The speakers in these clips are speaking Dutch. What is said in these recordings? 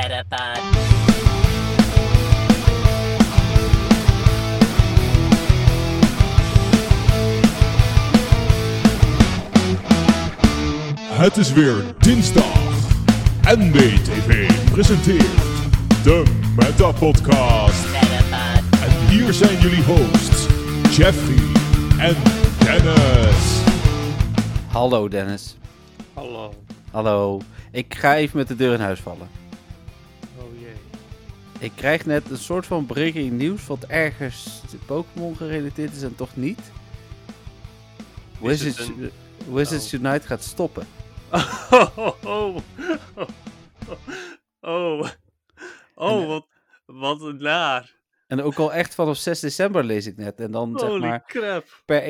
Metapod. Het is weer dinsdag. NBTV presenteert de Metapodcast. Metapod. En hier zijn jullie hosts, Jeffrey en Dennis. Hallo Dennis. Hallo. Hallo. Ik ga even met de deur in huis vallen. Oh jee. Ik krijg net een soort van breaking nieuws wat ergens Pokémon gerelateerd is en toch niet. Wizards Unite gaat stoppen. Wat een naar. En ook al echt vanaf 6 december lees ik net. En dan zeg Holy maar crap. per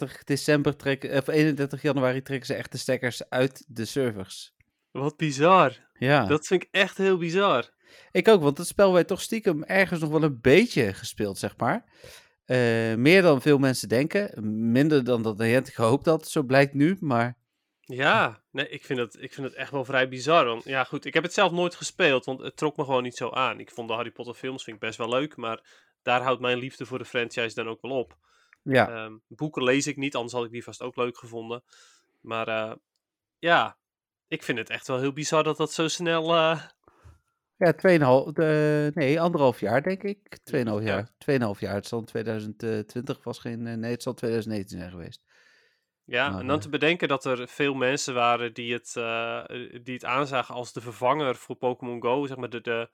31 januari trekken ze echt de stekkers uit de servers. Wat bizar. Ja, Dat vind ik echt heel bizar. ik ook, want het spel werd toch stiekem ergens nog wel een beetje gespeeld, zeg maar. Meer dan veel mensen denken. Minder dan dat Niantic gehoopt had, zo blijkt nu. Maar Ja, nee, ik vind het echt wel vrij bizar. Want ja, goed, ik heb het zelf nooit gespeeld, want het trok me gewoon niet zo aan. Ik vond de Harry Potter films vind ik best wel leuk, maar daar houdt mijn liefde voor de franchise dan ook wel op. ja, Boeken lees ik niet, anders had ik die vast ook leuk gevonden. Maar ja, ik vind het echt wel heel bizar dat dat zo snel... ja 1,5 jaar denk ik. 2,5 Ja. jaar. 2,5 jaar. Het zal in 2020 was geen... nee, het zal 2019 zijn geweest. Ja, Maar, en dan te bedenken dat er veel mensen waren die het aanzagen als de vervanger voor Pokémon Go. Zeg maar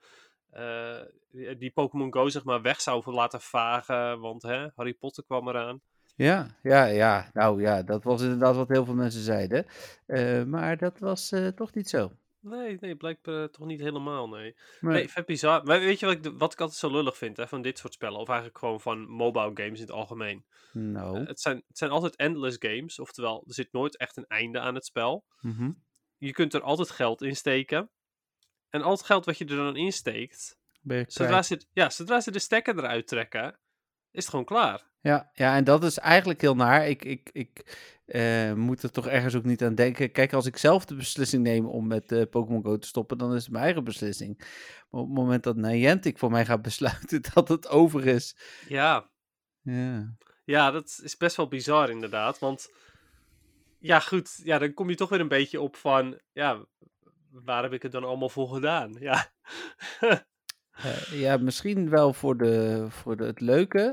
die Pokémon Go zeg maar weg zou laten vagen, want Harry Potter kwam eraan. Ja. Nou ja, dat was inderdaad wat heel veel mensen zeiden. Maar dat was toch niet zo. Nee, blijkbaar toch niet helemaal, nee. Maar, Nee, vet bizar. Maar weet je wat ik altijd zo lullig vind van dit soort spellen? Of eigenlijk gewoon van mobile games in het algemeen. nou. Het zijn altijd endless games, oftewel er zit nooit echt een einde aan het spel. Mhm. Je kunt er altijd geld in steken. En al het geld wat je er dan in steekt, Ben je zodra kwijt. ze de stekker eruit trekken, is het gewoon klaar. Ja, en dat is eigenlijk heel naar. Ik moet er toch ergens ook niet aan denken. Kijk, als ik zelf de beslissing neem om met Pokémon Go te stoppen, dan is het mijn eigen beslissing. Maar op het moment dat Niantic voor mij gaat besluiten dat het over is. Ja, dat is best wel bizar inderdaad. Want ja, goed, ja, dan kom je toch weer een beetje op van, ja, waar heb ik het dan allemaal voor gedaan? Ja, Ja, misschien wel voor het leuke.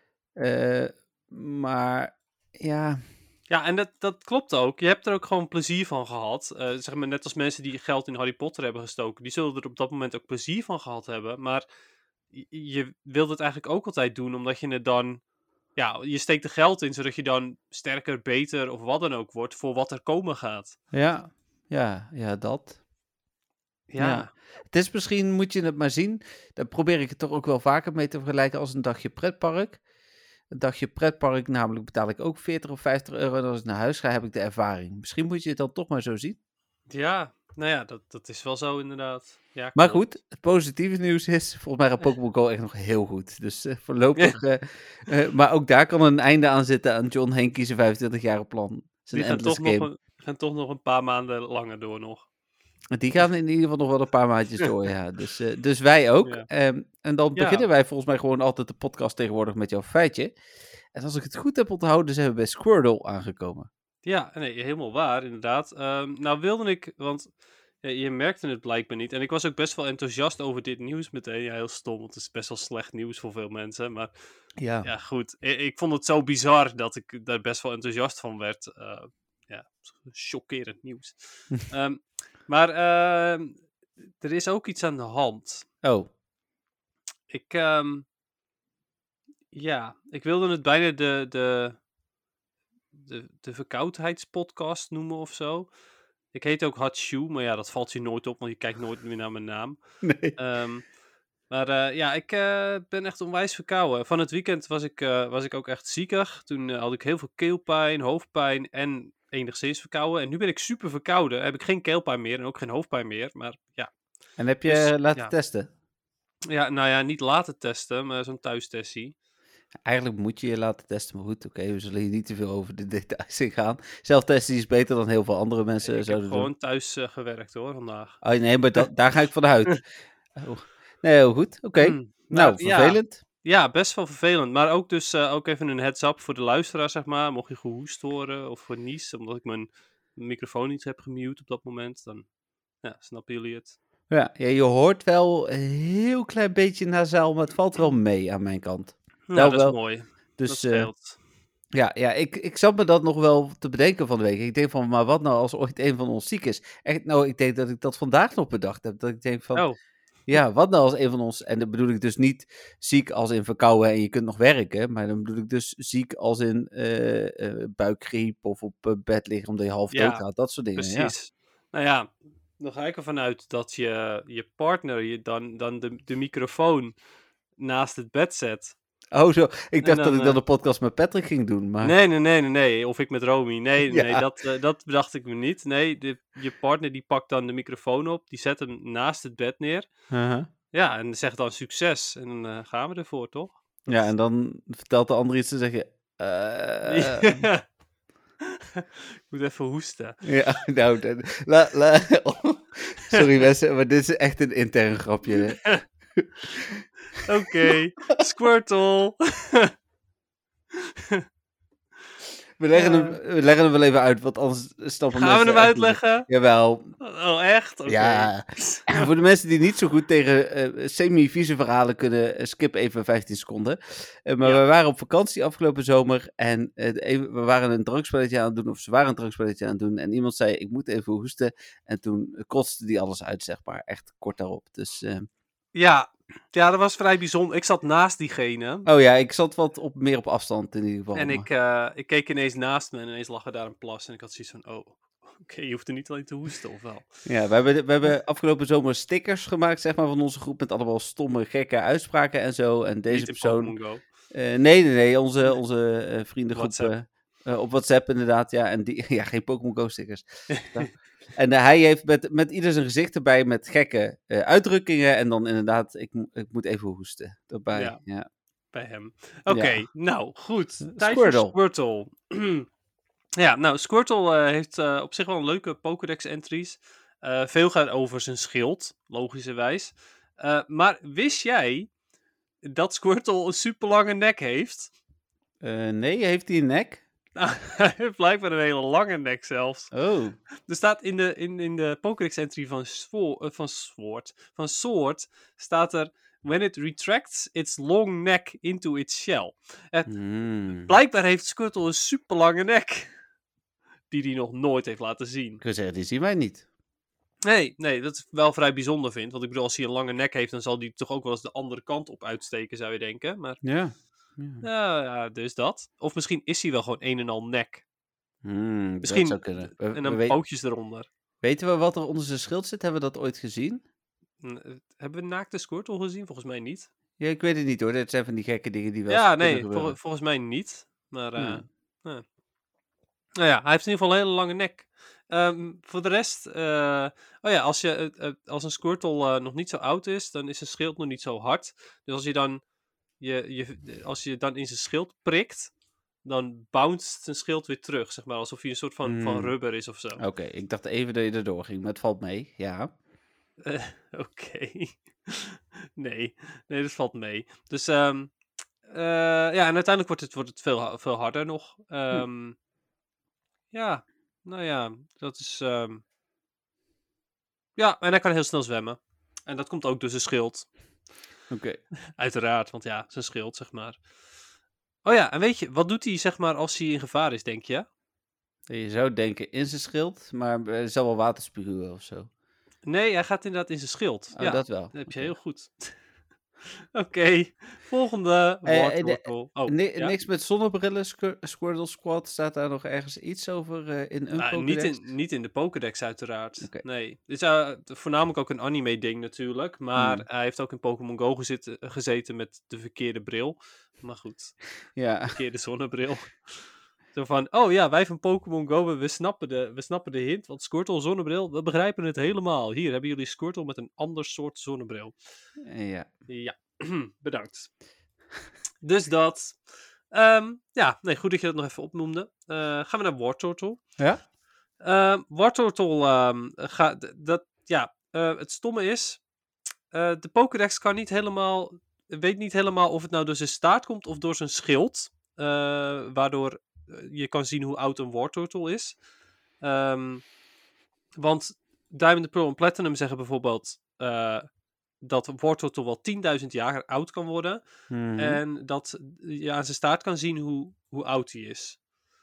Maar ja, ja, en dat klopt ook. Je hebt er ook gewoon plezier van gehad. Zeg maar net als mensen die geld in Harry Potter hebben gestoken, die zullen er op dat moment ook plezier van gehad hebben. Maar je wilt het eigenlijk ook altijd doen, omdat je het dan... Ja, je steekt er geld in, zodat je dan sterker, beter of wat dan ook wordt voor wat er komen gaat. ja, dat. Ja, Ja. Het is misschien, moet je het maar zien, daar probeer ik het toch ook wel vaker mee te vergelijken als een dagje pretpark. Een dagje pretpark, namelijk betaal ik ook 40 of 50 euro en als ik naar huis ga heb ik de ervaring. Misschien moet je het dan toch maar zo zien. ja, nou ja, dat is wel zo inderdaad. Ja, Maar klopt. goed, het positieve nieuws is, volgens mij gaat Pokémon Go echt nog heel goed. Dus voorlopig, maar ook daar kan een einde aan zitten aan John Henke zijn 25-jarige plan. Zijn Die endless game. gaan toch nog een paar maanden langer door nog. Die gaan in ieder geval nog wel een paar maandjes door, ja. Dus wij ook. Ja. En dan Ja. beginnen wij volgens mij gewoon altijd de podcast tegenwoordig met jouw feitje. En als ik het goed heb onthouden, zijn we bij Squirtle aangekomen. Ja, nee, helemaal waar, inderdaad. Nou wilde ik, want ja, je merkte het blijkbaar niet. En ik was ook best wel enthousiast over dit nieuws meteen. Ja, heel stom, want het is best wel slecht nieuws voor veel mensen. Maar ja, goed. Ik vond het zo bizar dat ik daar best wel enthousiast van werd. Ja, chockerend nieuws. Maar er is ook iets aan de hand. Oh, Ik wilde het bijna de verkoudheidspodcast noemen of zo. Ik heet ook Hatshu, maar ja, dat valt je nooit op, want je kijkt nooit meer naar mijn naam. nee. Maar ik ben echt onwijs verkouden. Van het weekend was ik ook echt ziekig. Toen had ik heel veel keelpijn, hoofdpijn en enigszins verkouden. En nu ben ik super verkouden. Heb ik geen keelpijn meer en ook geen hoofdpijn meer. Maar ja. En heb je Dus, laten ja. testen? Ja, nou ja, niet laten testen, maar zo'n thuistestie. Eigenlijk moet je je laten testen, maar goed, oké, we zullen hier niet te veel over de details in gaan. Zelftesten is beter dan heel veel andere mensen Ik heb zouden doen. gewoon thuis gewerkt hoor, vandaag. Oh nee, maar daar ga ik vanuit. Oh. Nee, heel goed. Oké. Nou, vervelend. Ja, best wel vervelend. Maar ook dus ook even een heads-up voor de luisteraar, zeg maar. Mocht je gehoest horen of geniezen, omdat ik mijn microfoon niet heb gemute op dat moment, dan snappen jullie het. Ja, je hoort wel een heel klein beetje nasaal, maar het valt wel mee aan mijn kant. Nou, dat is mooi. Dus, dat scheelt. Ja, ik zat me dat nog wel te bedenken van de week. Ik denk van, maar wat nou als ooit een van ons ziek is? Echt, nou, ik denk dat ik dat vandaag nog bedacht heb. Dat ik denk van, ja, wat nou als een van ons... En dan bedoel ik dus niet ziek als in verkouden en je kunt nog werken. Maar dan bedoel ik dus ziek als in buikgriep of op bed liggen omdat je half dood gaat. Dat soort dingen. Precies. Ja. Nou ja, dan ga ik ervan uit dat je partner je dan de microfoon naast het bed zet. Oh zo, ik dacht dat ik dan de podcast met Patrick ging doen, maar... Nee, of ik met Romy. Nee, dat bedacht ik me niet. Nee, je partner die pakt dan de microfoon op, die zet hem naast het bed neer. Ja, en zegt dan succes. En dan gaan we ervoor, toch? Ja, en dan vertelt de ander iets te zeggen... Ik moet even hoesten. Ja, nou... Sorry mensen, maar dit is echt een intern grapje. Oké, Squirtle. We leggen hem wel even uit, want anders snappen mensen... Gaan we hem uitleggen? Jawel. Oh, echt? Okay. Ja. Voor de mensen die niet zo goed tegen semi-vieze verhalen kunnen, skip even 15 seconden. Maar we waren op vakantie afgelopen zomer en we waren een drankspelletje aan het doen, of ze waren een drankspelletje aan het doen. En iemand zei, ik moet even hoesten. En toen kotste die alles uit, zeg maar. Echt kort daarop. Dus... Ja, dat was vrij bijzonder. Ik zat naast diegene. Oh ja, ik zat wat meer op afstand in ieder geval. En ik keek ineens naast me en ineens lag er daar een plas. En ik had zoiets van, oké, je hoeft er niet alleen te hoesten, of wel? Ja, we hebben afgelopen zomer stickers gemaakt, zeg maar, van onze groep. Met allemaal stomme, gekke uitspraken en zo. En deze persoon... Nee, onze vriendengroep op WhatsApp inderdaad. Ja, en die, geen Pokémon Go stickers. En hij heeft met ieder zijn gezicht erbij met gekke uitdrukkingen. En dan inderdaad, ik moet even hoesten. Daarbij, ja. Bij hem. Oké, nou goed. Tijd voor Squirtle. Ja, nou, Squirtle heeft op zich wel een leuke Pokédex-entries. Veel gaat over zijn schild, logischerwijs. Maar wist jij dat Squirtle een super lange nek heeft? Nee, heeft hij een nek? Nou, hij heeft blijkbaar een hele lange nek zelfs. Oh. Er staat in de Pokédex-entry van Sword staat er... When it retracts its long neck into its shell. Blijkbaar heeft Squirtle een super lange nek. Die hij nog nooit heeft laten zien. Ik wil zeggen, die zien wij niet. Nee, dat ik wel vrij bijzonder vind. Want ik bedoel, als hij een lange nek heeft, dan zal hij toch ook wel eens de andere kant op uitsteken, zou je denken. Maar ja, dus dat. Of misschien is hij wel gewoon een en al nek. Misschien dat zou kunnen. En dan pootjes eronder. Weten we wat er onder zijn schild zit? Hebben we dat ooit gezien? Hebben we naakte Squirtle gezien? Volgens mij niet. Ja, ik weet het niet hoor. Dit zijn van die gekke dingen die wel... Ja, nee, volgens mij niet. Maar, nou ja, hij heeft in ieder geval een hele lange nek. Voor de rest, als een Squirtle nog niet zo oud is, dan is zijn schild nog niet zo hard. Dus als je dan, als je dan in zijn schild prikt, dan bounced zijn schild weer terug, zeg maar. Alsof hij een soort van rubber is of zo. Oké, ik dacht even dat je erdoor ging, maar het valt mee, ja. Oké. Nee, dat valt mee. Dus, en uiteindelijk wordt het veel, veel harder nog. Ja, nou ja, dat is... Ja, en hij kan heel snel zwemmen. En dat komt ook door zijn schild. Oké. Uiteraard, want ja, zijn schild, zeg maar. Oh ja, en weet je, wat doet hij, zeg maar, als hij in gevaar is, denk je? Je zou denken in zijn schild, maar hij zal wel water spuwen of zo. Nee, hij gaat inderdaad in zijn schild. Ja, dat wel. Dat heb je heel goed. Oké, volgende niks met zonnebrillen, Squirtle Squad. Staat daar nog ergens iets over in een Pokédex? Niet in de Pokédex uiteraard. Okay. Nee, het is voornamelijk ook een anime ding natuurlijk. Maar hij heeft ook in Pokémon Go gezeten met de verkeerde bril. Maar goed, ja. Verkeerde zonnebril. Zo van, oh ja, wij van Pokémon Go, we snappen de hint. Want Squirtle zonnebril, we begrijpen het helemaal. Hier hebben jullie Squirtle met een ander soort zonnebril. Ja. Ja, bedankt. Dus dat. Goed dat je dat nog even opnoemde. Gaan we naar Wartortle. Ja? Wartortle het stomme is, de Pokédex weet niet helemaal of het nou door zijn staart komt of door zijn schild. Waardoor je kan zien hoe oud een Wartortle is. Want Diamond, Pearl en Platinum zeggen bijvoorbeeld dat een Wartortle wel 10.000 jaar oud kan worden. Mhm. En dat je aan zijn staart kan zien hoe oud hij is.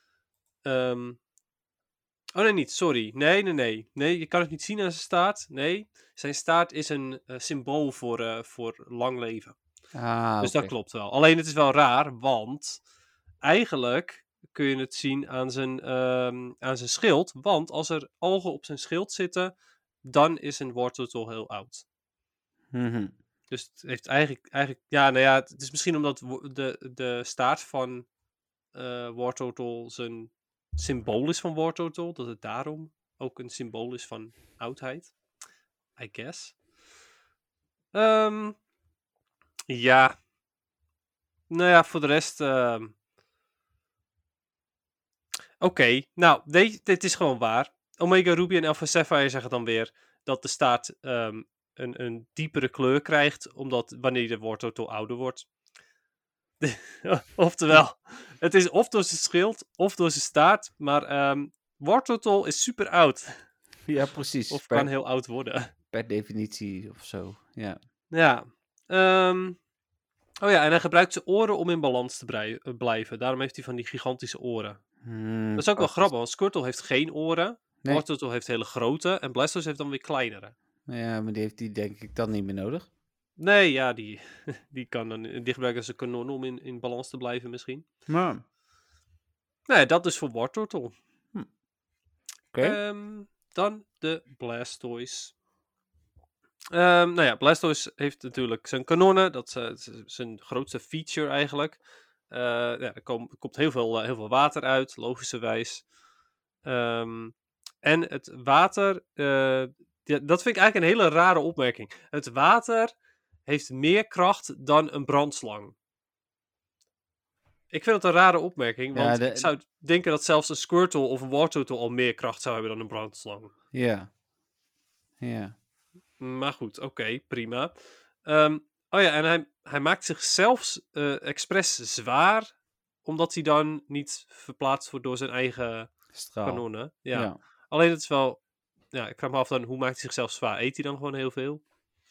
Oh nee, niet. Sorry. Nee. Nee, je kan het niet zien aan zijn staart. Nee, zijn staart is een symbool voor lang leven. Dus dat klopt wel. Alleen het is wel raar, want eigenlijk kun je het zien aan zijn schild. Want als er algen op zijn schild zitten, dan is een Wartortle heel oud. Mhm. Dus het heeft eigenlijk ja, nou ja, het is misschien omdat de staart van Wartortle zijn symbool is van Wartortle, dat het daarom ook een symbool is van oudheid. I guess. Ja. Nou ja, voor de rest... Oké, nou, dit is gewoon waar. Omega Ruby en Alpha Sapphire zeggen dan weer dat de staart een diepere kleur krijgt, omdat wanneer de Wartortle ouder wordt. Oftewel, het is of door zijn schild of door zijn staart, maar Wartortle is super oud. Ja, precies. Of kan heel oud worden. Per definitie of zo, ja. Ja. Oh ja, en hij gebruikt zijn oren om in balans te blijven. Daarom heeft hij van die gigantische oren. Dat is ook wel grappig, want Squirtle heeft geen oren. Nee. Wartortle heeft hele grote en Blastoise heeft dan weer kleinere. Ja, maar die heeft die denk ik dan niet meer nodig. Nee, ja, die gebruiken ze kanon om in balans te blijven misschien. Maar, Nee, dat is voor Wartortle. oké. Dan de Blastoise. Nou ja, Blastoise heeft natuurlijk zijn kanonnen. Dat is zijn grootste feature eigenlijk. Ja, er komt heel veel water uit, logischerwijs. En het water... dat vind ik eigenlijk een hele rare opmerking. Het water heeft meer kracht dan een brandslang. Ik vind het een rare opmerking, want ik zou denken dat zelfs een Squirtle of een Wartortle al meer kracht zou hebben dan een brandslang. Ja. Ja. Maar goed, oké, prima. Oh ja, en hij maakt zichzelf expres zwaar, omdat hij dan niet verplaatst wordt door zijn eigen kanonnen. Ja. Alleen het is wel... Ja, ik vraag me af dan, hoe maakt hij zichzelf zwaar? Eet hij dan gewoon heel veel?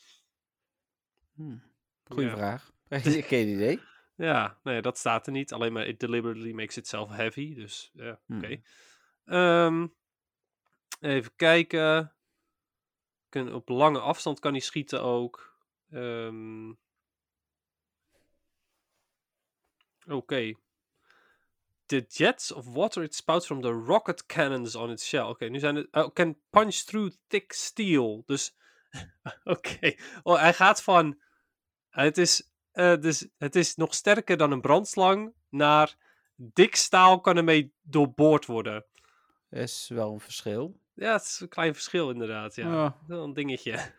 Goeie vraag. Geen idee. Ja, nee, dat staat er niet. Alleen maar it deliberately makes itself heavy. Dus ja, oké. Even kijken. Op lange afstand kan hij schieten ook. Oké. The jets of water it spouts from the rocket cannons on its shell. Oké, nu zijn het... can punch through thick steel. Dus... Oké. Oh, hij gaat van... Het is nog sterker dan een brandslang. Naar dik staal kan ermee doorboord worden. Is wel een verschil. Ja, het is een klein verschil inderdaad. Ja. Wel een dingetje.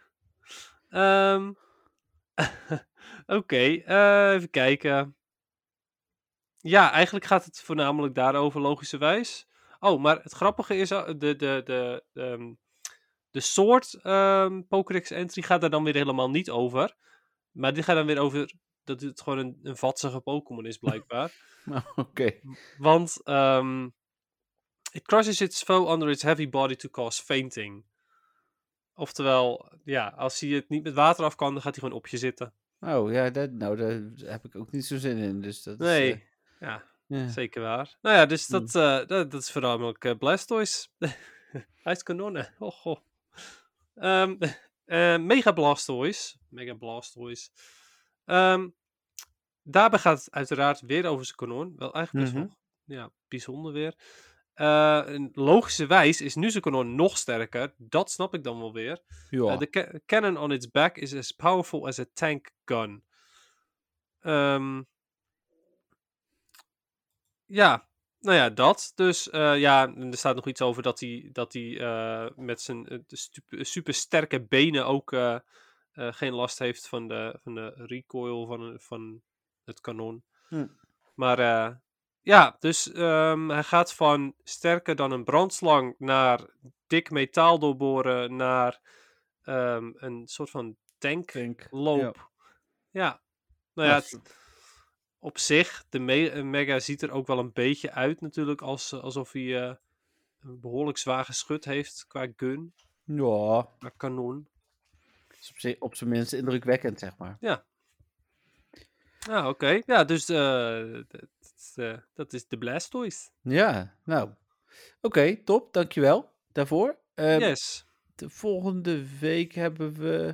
Oké, even kijken. Ja, eigenlijk gaat het voornamelijk daarover, logischerwijs. Oh, maar het grappige is... De soort Pokédex entry gaat daar dan weer helemaal niet over. Maar dit gaat dan weer over dat het gewoon een vatsige Pokémon is, blijkbaar. Oké. Want it crushes its foe under its heavy body to cause fainting. Oftewel, ja, als hij het niet met water af kan, dan gaat hij gewoon op je zitten. Oh ja, daar heb ik ook niet zo zin in. Dus dat nee, is, ja, zeker waar. Nou ja, dus dat is voornamelijk Blastoise. Hij is kanonnen. Mega Blastoise. Daarbij gaat het uiteraard weer over zijn kanon. Wel eigenlijk best wel bijzonder weer. Logischerwijs is nu zijn kanon nog sterker. Dat snap ik dan wel weer. Ja. The cannon on its back is as powerful as a tank gun. Ja, nou ja, dat. Dus ja, er staat nog iets over dat hij met zijn super sterke benen ook geen last heeft van de recoil van het kanon. Maar ja, dus hij gaat van sterker dan een brandslang naar dik metaal doorboren naar een soort van Tank, tankloop. Ja. Nou ja, op zich, de Mega ziet er ook wel een beetje uit natuurlijk, alsof hij een behoorlijk zwaar geschut heeft qua gun, Ja, qua kanon. is op zijn minst indrukwekkend, zeg maar. Ja. Ah, oké. Ja, dus dat is de Blastoise. Ja, nou. Oké, top. Dankjewel daarvoor. Yes. De volgende week hebben we...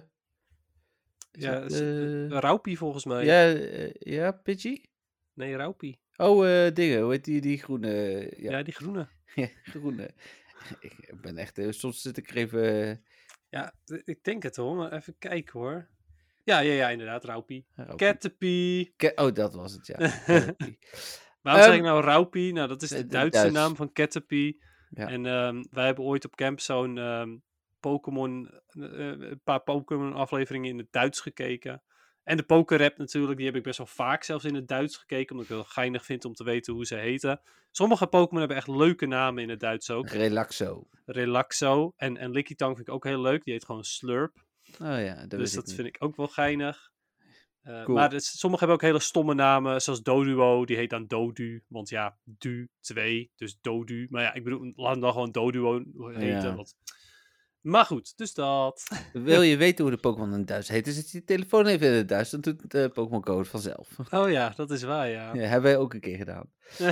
Ja, Raupi volgens mij. Ja, Pidgey? Nee, Raupi. Oh, dingen. Hoe heet die groene? Ja, die groene. Ja, groene. Ik ben echt... soms zit ik er even... Ja, ik denk het hoor, maar even kijken hoor. Ja, inderdaad, Raupi. Raupi. Caterpie. Oh, dat was het, ja. Caterpie. Waarom zeg ik nou Raupi? Nou, dat is de Duitse Duits. naam van Caterpie. Ja. En wij hebben ooit op camp zo'n Pokémon, een paar Pokémon afleveringen in het Duits gekeken. En de Pokérap natuurlijk, die heb ik best wel vaak zelfs in het Duits gekeken, omdat ik het wel geinig vind om te weten hoe ze heten. Sommige Pokémon hebben echt leuke namen in het Duits ook. Relaxo. En Lickitung vind ik ook heel leuk, die heet gewoon Slurp. Oh ja, dus dat vind ik ook wel geinig. Cool. Maar sommige hebben ook hele stomme namen, zoals Doduo, die heet dan Dodu. Want ja, Du 2, dus Dodu. Maar ja, ik bedoel, laat hem dan gewoon Doduo heten. Ja. Maar goed, dus dat. Wil je weten hoe de Pokémon in het Duits heet? Dus als je telefoon even in het Duits, dan doet de Pokémon Go het vanzelf. Oh ja, dat is waar, ja. Ja, hebben wij ook een keer gedaan.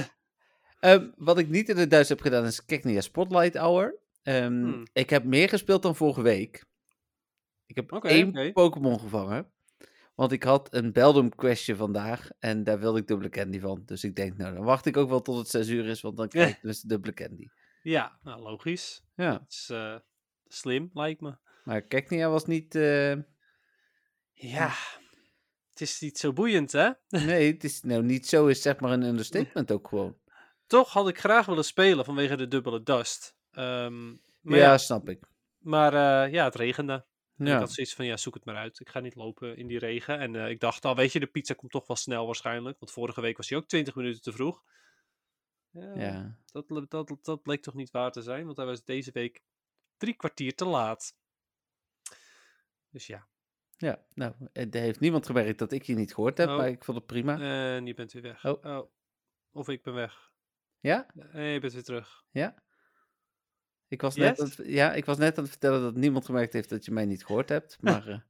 Wat ik niet in het Duits heb gedaan is Cacnea Spotlight Hour. Ik heb meer gespeeld dan vorige week. Ik heb één Pokémon gevangen. Want ik had een Beldum questje vandaag en daar wilde ik dubbele candy van. Dus ik denk, nou dan wacht ik ook wel tot het 6 uur is, want dan krijg ik dus de dubbele candy. Ja, nou logisch. Ja. Dat is slim, lijkt me. Maar Cacnea was niet... Ja, het is niet zo boeiend, hè? Nee, het is nou niet zo, is zeg maar een understatement ook gewoon. Toch had ik graag willen spelen vanwege de dubbele dust. Maar ja, snap ik. Maar ja, het regende. En Ja. ik had zoiets van, ja, zoek het maar uit. Ik ga niet lopen in die regen. En ik dacht al, weet je, de pizza komt toch wel snel waarschijnlijk. Want vorige week was hij ook 20 minuten te vroeg. Ja. Dat bleek toch niet waar te zijn. Want hij was deze week 3 kwartier te laat. Dus ja. Ja, nou, er heeft niemand gemerkt dat ik je niet gehoord heb, maar ik vond het prima. En je bent weer weg. Oh. Of ik ben weg. Ja? En je bent weer terug. Ja? Ik was net aan het vertellen dat niemand gemerkt heeft dat je mij niet gehoord hebt, maar...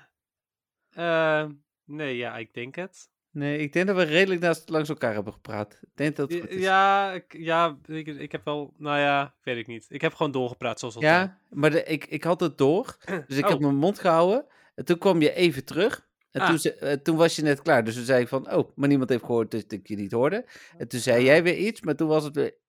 nee, ja, ik denk het. Nee, ik denk dat we redelijk langs elkaar hebben gepraat. Ik denk dat het goed is. Ja, ik heb wel... Nou ja, weet ik niet. Ik heb gewoon doorgepraat zoals altijd. Ja, maar ik had het door. Dus ik heb mijn mond gehouden. En toen kwam je even terug. En toen was je net klaar. Dus toen zei ik van, oh, maar niemand heeft gehoord dat ik je niet hoorde. En toen zei jij weer iets, maar toen was het weer...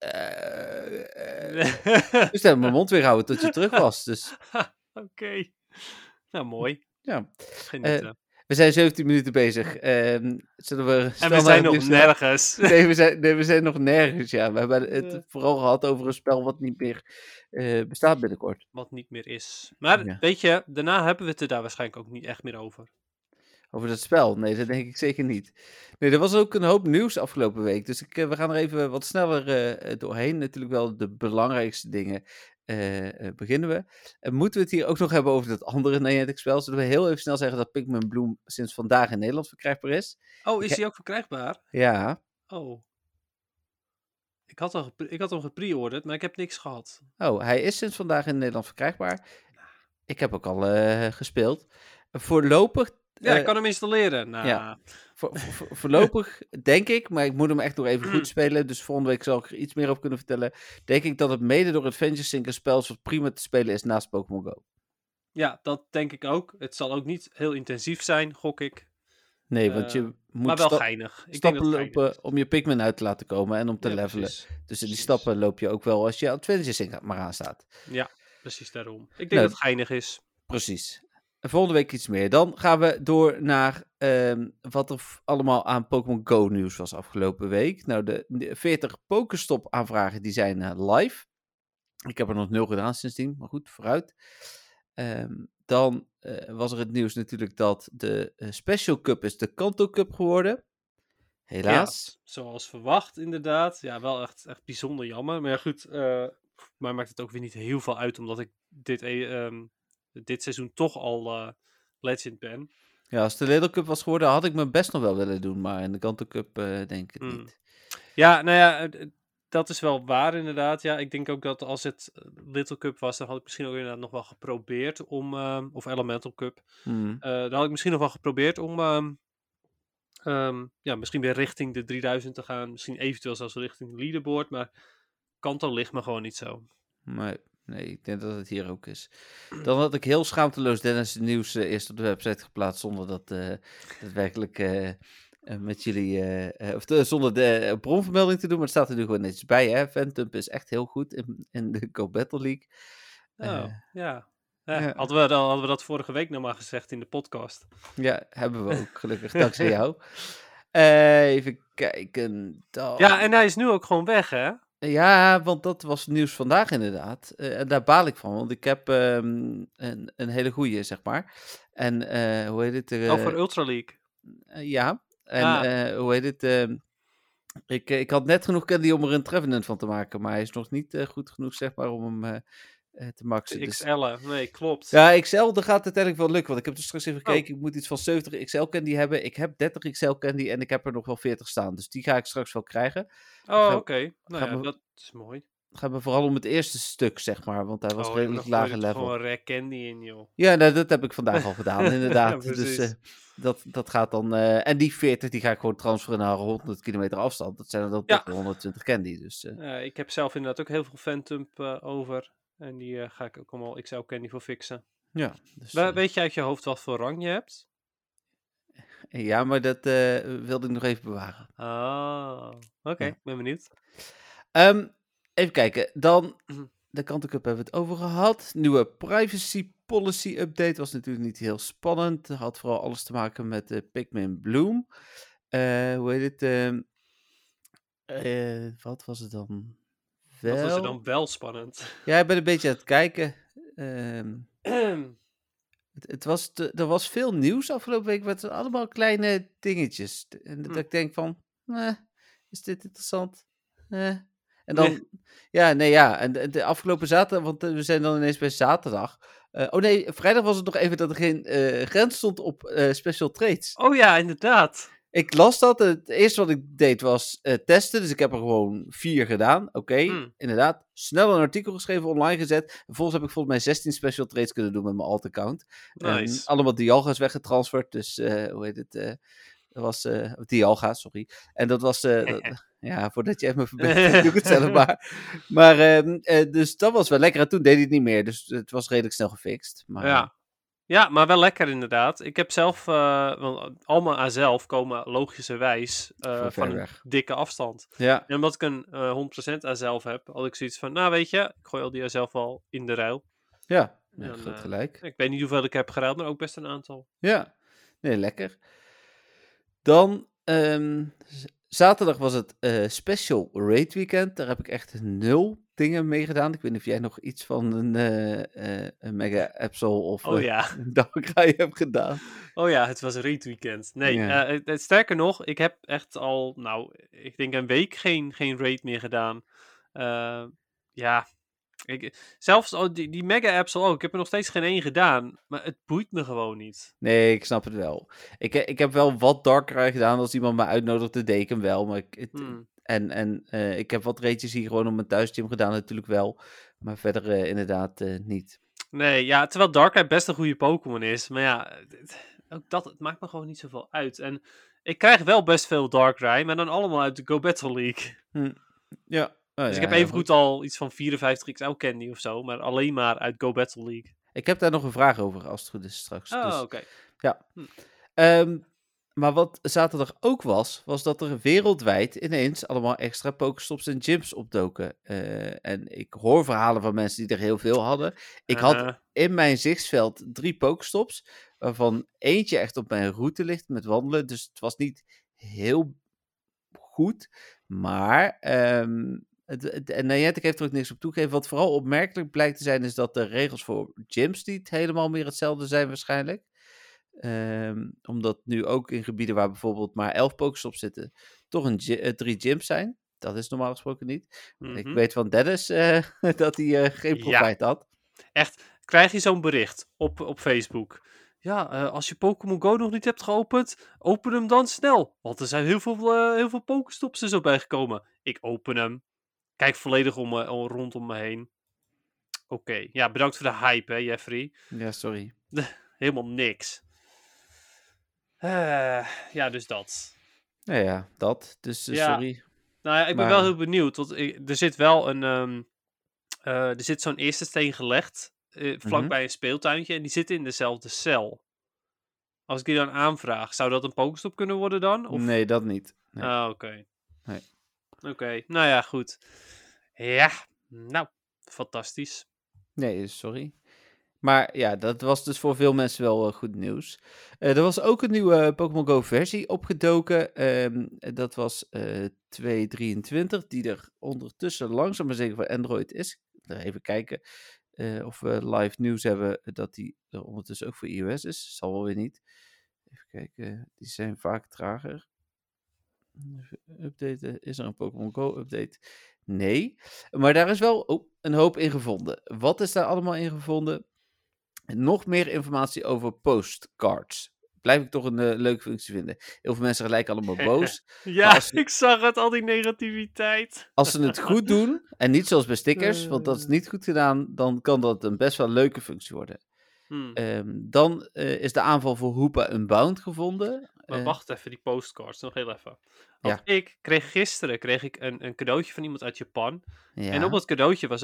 Dus ik heb mijn mond weer gehouden tot je terug was. Dus... Oké. Nou, mooi. Ja. Genieten. We zijn 17 minuten bezig. Zullen we en we zijn nog nergens. Nee, we zijn nog nergens, ja. We hebben het vooral gehad over een spel wat niet meer bestaat binnenkort. Wat niet meer is. Maar weet je, daarna hebben we het er daar waarschijnlijk ook niet echt meer over. Over dat spel? Nee, dat denk ik zeker niet. Nee, er was ook een hoop nieuws afgelopen week. Dus we gaan er even wat sneller doorheen. Natuurlijk wel de belangrijkste dingen beginnen we. Moeten we het hier ook nog hebben over dat andere Niantic-spel? Zullen we heel even snel zeggen dat Pikmin Bloom sinds vandaag in Nederland verkrijgbaar is? Oh, is die ook verkrijgbaar? Ja. Oh. Ik had hem gepreorderd, maar ik heb niks gehad. Oh, hij is sinds vandaag in Nederland verkrijgbaar. Ik heb ook al gespeeld. Voorlopig... Ja, ik kan hem installeren. Nou. Ja. Voorlopig denk ik, maar ik moet hem echt nog even goed spelen. Dus volgende week zal ik er iets meer over kunnen vertellen. Denk ik dat het mede door Adventure Sync een spel is wat prima te spelen is naast Pokémon Go. Ja, dat denk ik ook. Het zal ook niet heel intensief zijn, gok ik. Nee, want je moet maar wel geinig. Stappen lopen om je Pikmin uit te laten komen en om te levelen. Precies. Dus die stappen loop je ook wel als je Adventure Sync maar aanstaat. Ja, precies daarom. Ik denk dat het geinig is. Precies. En volgende week iets meer. Dan gaan we door naar wat er allemaal aan Pokémon Go nieuws was afgelopen week. Nou, de 40 Pokéstop aanvragen die zijn live. Ik heb er nog 0 gedaan sindsdien, maar goed, vooruit. Dan was er het nieuws natuurlijk dat de Special Cup is de Kanto Cup geworden. Helaas. Ja, zoals verwacht inderdaad. Ja, wel echt bijzonder jammer. Maar ja, goed, maar maakt het ook weer niet heel veel uit, omdat ik dit dit seizoen toch al legend ben. Ja, als het de Lidl Cup was geworden, had ik me best nog wel willen doen. Maar in de Kanto Cup denk ik het niet. Ja, nou ja, dat is wel waar inderdaad. Ja, ik denk ook dat als het Little Cup was, dan had ik misschien ook inderdaad nog wel geprobeerd om... of Elemental Cup. Dan had ik misschien nog wel geprobeerd om... misschien weer richting de 3000 te gaan. Misschien eventueel zelfs richting de leaderboard. Maar Kanto ligt me gewoon niet zo. Nee, ik denk dat het hier ook is. Dan had ik heel schaamteloos Dennis nieuws eerst op de website geplaatst zonder dat daadwerkelijk met jullie, zonder de bronvermelding te doen, maar het staat er nu gewoon netjes bij, hè. Phantom is echt heel goed in de Go Battle League. Ja. Ja. Hadden we dat vorige week nog maar gezegd in de podcast. Ja, hebben we ook, gelukkig, dankzij jou. Even kijken. Dan... Ja, en hij is nu ook gewoon weg, hè? Ja, want dat was nieuws vandaag inderdaad. En daar baal ik van, want ik heb een hele goeie, zeg maar. En hoe heet het? Voor Ultra League. Ja, en hoe heet het? Ik had net genoeg candy om er een Trevenant van te maken, maar hij is nog niet goed genoeg, zeg maar, om hem te maxen. De Dus... XL'en, nee, klopt. Ja, XL, dat gaat uiteindelijk wel lukken, want ik heb er straks even gekeken. Ik moet iets van 70 XL candy hebben. Ik heb 30 XL candy en ik heb er nog wel 40 staan, dus die ga ik straks wel krijgen. Oké. Nou ja, dat is mooi. Het gaat me vooral om het eerste stuk, zeg maar, want hij was redelijk lage level. Gewoon rare candy in, joh. Ja, nou, dat heb ik vandaag al gedaan, inderdaad. Ja, dus dat gaat dan... en die 40, die ga ik gewoon transferen naar 100 kilometer afstand. Dat zijn dan toch 120 candy, dus... ik heb zelf inderdaad ook heel veel Phantom over. En die ga ik ook allemaal XL candy voor fixen. Ja. Dus, weet je uit je hoofd wat voor rang je hebt? Ja, maar dat wilde ik nog even bewaren. Oké. Ik ben benieuwd. Even kijken, dan de Kanto Cup hebben we het over gehad. Nieuwe privacy policy update was natuurlijk niet heel spannend. Had vooral alles te maken met Pikmin Bloom. Hoe heet het? Wat was het dan? Wat was er dan wel spannend? Ja, ik ben een beetje aan het kijken. Er was veel nieuws afgelopen week, maar het zijn allemaal kleine dingetjes. En dat ik denk van, is dit interessant? En dan, en de afgelopen zaterdag, want we zijn dan ineens bij zaterdag. Vrijdag was het nog even dat er geen grens stond op special trades. Oh ja, inderdaad. Ik las dat. Het eerste wat ik deed was testen. Dus ik heb er gewoon 4 gedaan. Oké, inderdaad. Snel een artikel geschreven, online gezet. Vervolgens heb ik volgens mij 16 special trades kunnen doen met mijn alt-account. Nice. Allemaal Dialga's weggetransferd. Dus hoe heet het? Dat was Dialga, sorry. En dat was... voordat je even verbetert, doe ik het zelf maar. Maar, dus dat was wel lekker. En toen deed hij het niet meer. Dus het was redelijk snel gefixt. Maar, ja, maar wel lekker inderdaad. Ik heb zelf... want al mijn A11 komen logischerwijs van een dikke afstand. Ja. En omdat ik een 100% A11 heb, had ik zoiets van... Nou, weet je, ik gooi al die A11 al in de ruil. Ja, goed gelijk. Ik weet niet hoeveel ik heb geruild, maar ook best een aantal. Ja, nee, lekker. Dan... zaterdag was het Special Raid Weekend. Daar heb ik echt 0 dingen mee gedaan. Ik weet niet of jij nog iets van een Mega Absol of een Darkrai hebt gedaan. Oh ja, het was Raid Weekend. Nee, sterker nog, ik heb echt al, ik denk een week geen Raid meer gedaan. Zelfs die Mega Absol ook. Ik heb er nog steeds geen 1 gedaan. Maar het boeit me gewoon niet. Nee, ik snap het wel. Ik heb wel wat Darkrai gedaan. Als iemand me uitnodigt, deed ik hem wel. Maar ik heb wat raidjes hier gewoon op mijn thuisgym gedaan natuurlijk wel. Maar verder inderdaad niet. Nee, ja, terwijl Darkrai best een goede Pokémon is. Maar ja, ook het maakt me gewoon niet zoveel uit. En ik krijg wel best veel Darkrai, maar dan allemaal uit de Go Battle League. Ja. Dus ik heb evengoed al iets van 54 XL candy of zo, maar alleen maar uit Go Battle League. Ik heb daar nog een vraag over, als het goed is straks. Oké. Ja. Maar wat zaterdag ook was dat er wereldwijd ineens allemaal extra Pokestops en gyms opdoken. En ik hoor verhalen van mensen die er heel veel hadden. Ik had in mijn zichtsveld 3 Pokestops, waarvan eentje echt op mijn route ligt met wandelen. Dus het was niet heel goed. Maar... En Niantic heeft er ook niks op toegegeven. Wat vooral opmerkelijk blijkt te zijn, is dat de regels voor gyms niet helemaal meer hetzelfde zijn waarschijnlijk. Omdat nu ook in gebieden waar bijvoorbeeld maar 11 Pokestops zitten, toch 3 gyms zijn. Dat is normaal gesproken niet. Ik weet van Dennis dat hij geen profijt had. Echt, krijg je zo'n bericht op Facebook. Ja, als je Pokémon Go nog niet hebt geopend, open hem dan snel. Want er zijn heel veel Pokéstops er zo bijgekomen. Ik open hem. Kijk volledig rondom me heen. Oké, ja, bedankt voor de hype, hè, Jeffrey. Ja, sorry. Helemaal niks. Ja, dus dat. Nou ja, dat. Dus Ja. sorry. Nou ja, ik ben wel heel benieuwd. Want er zit wel er zit zo'n eerste steen gelegd. Vlakbij een speeltuintje. En die zitten in dezelfde cel. Als ik die dan aanvraag, zou dat een Pokestop kunnen worden dan? Of... Nee, dat niet. Nee. Ah, oké. Nee. Oké, nou ja, goed. Ja, nou, fantastisch. Nee, sorry. Maar ja, dat was dus voor veel mensen wel goed nieuws. Er was ook een nieuwe Pokémon Go versie opgedoken. Dat was 2.23, die er ondertussen langzaam maar zeker voor Android is. Even kijken of we live nieuws hebben dat die er ondertussen ook voor iOS is. Zal wel weer niet. Even kijken, die zijn vaak trager. Even updaten. Is er een Pokémon Go update? Nee. Maar daar is wel een hoop in gevonden. Wat is daar allemaal in gevonden? Nog meer informatie over postcards. Blijf ik toch een leuke functie vinden. Heel veel mensen lijken allemaal boos. Ja, ik zag het, al die negativiteit. Als ze het goed doen, en niet zoals bij stickers, want dat is niet goed gedaan, dan kan dat een best wel leuke functie worden. Dan is de aanval voor Hoopa Unbound gevonden. Maar wacht even, die postcards, nog heel even. Want Ja. ik kreeg gisteren een cadeautje van iemand uit Japan. Ja. En op het cadeautje was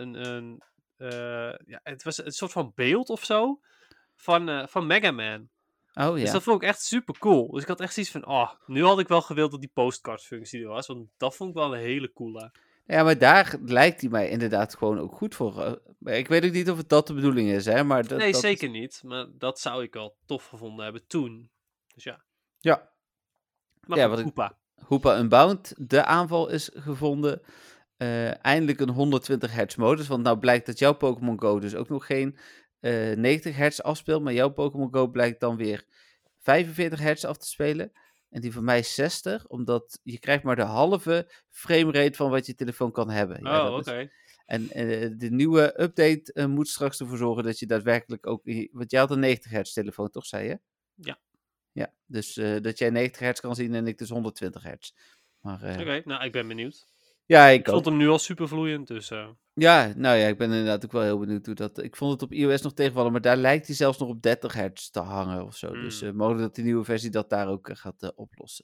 het was een soort van beeld of zo van Mega Man. Oh ja. Dus dat vond ik echt super cool. Dus ik had echt zoiets van, nu had ik wel gewild dat die postcard functie er was. Want dat vond ik wel een hele coole. Ja, maar daar lijkt hij mij inderdaad gewoon ook goed voor. Ik weet ook niet of het dat de bedoeling is, hè. Maar nee, zeker niet. Maar dat zou ik wel tof gevonden hebben toen. Dus ja. Ja. Maar ja, goed, Hoopa Unbound, de aanval is gevonden. Eindelijk een 120 hertz modus. Want nou blijkt dat jouw Pokémon Go dus ook nog geen 90 hertz afspeelt. Maar jouw Pokémon Go blijkt dan weer 45 hertz af te spelen. En die van mij 60. Omdat je krijgt maar de halve framerate van wat je telefoon kan hebben. Ja, oké. En de nieuwe update moet straks ervoor zorgen dat je daadwerkelijk ook... Want jij had een 90 hertz telefoon, toch, zei je? Ja. Ja, dus dat jij 90 hertz kan zien en ik dus 120 hertz. Oké, nou, ik ben benieuwd. Ja, ik vond hem nu al super vloeiend, dus... Ja, nou ja, ik ben inderdaad ook wel heel benieuwd hoe dat... Ik vond het op iOS nog tegenvallen, maar daar lijkt hij zelfs nog op 30 hertz te hangen of zo. Dus mogelijk dat die nieuwe versie dat daar ook gaat oplossen.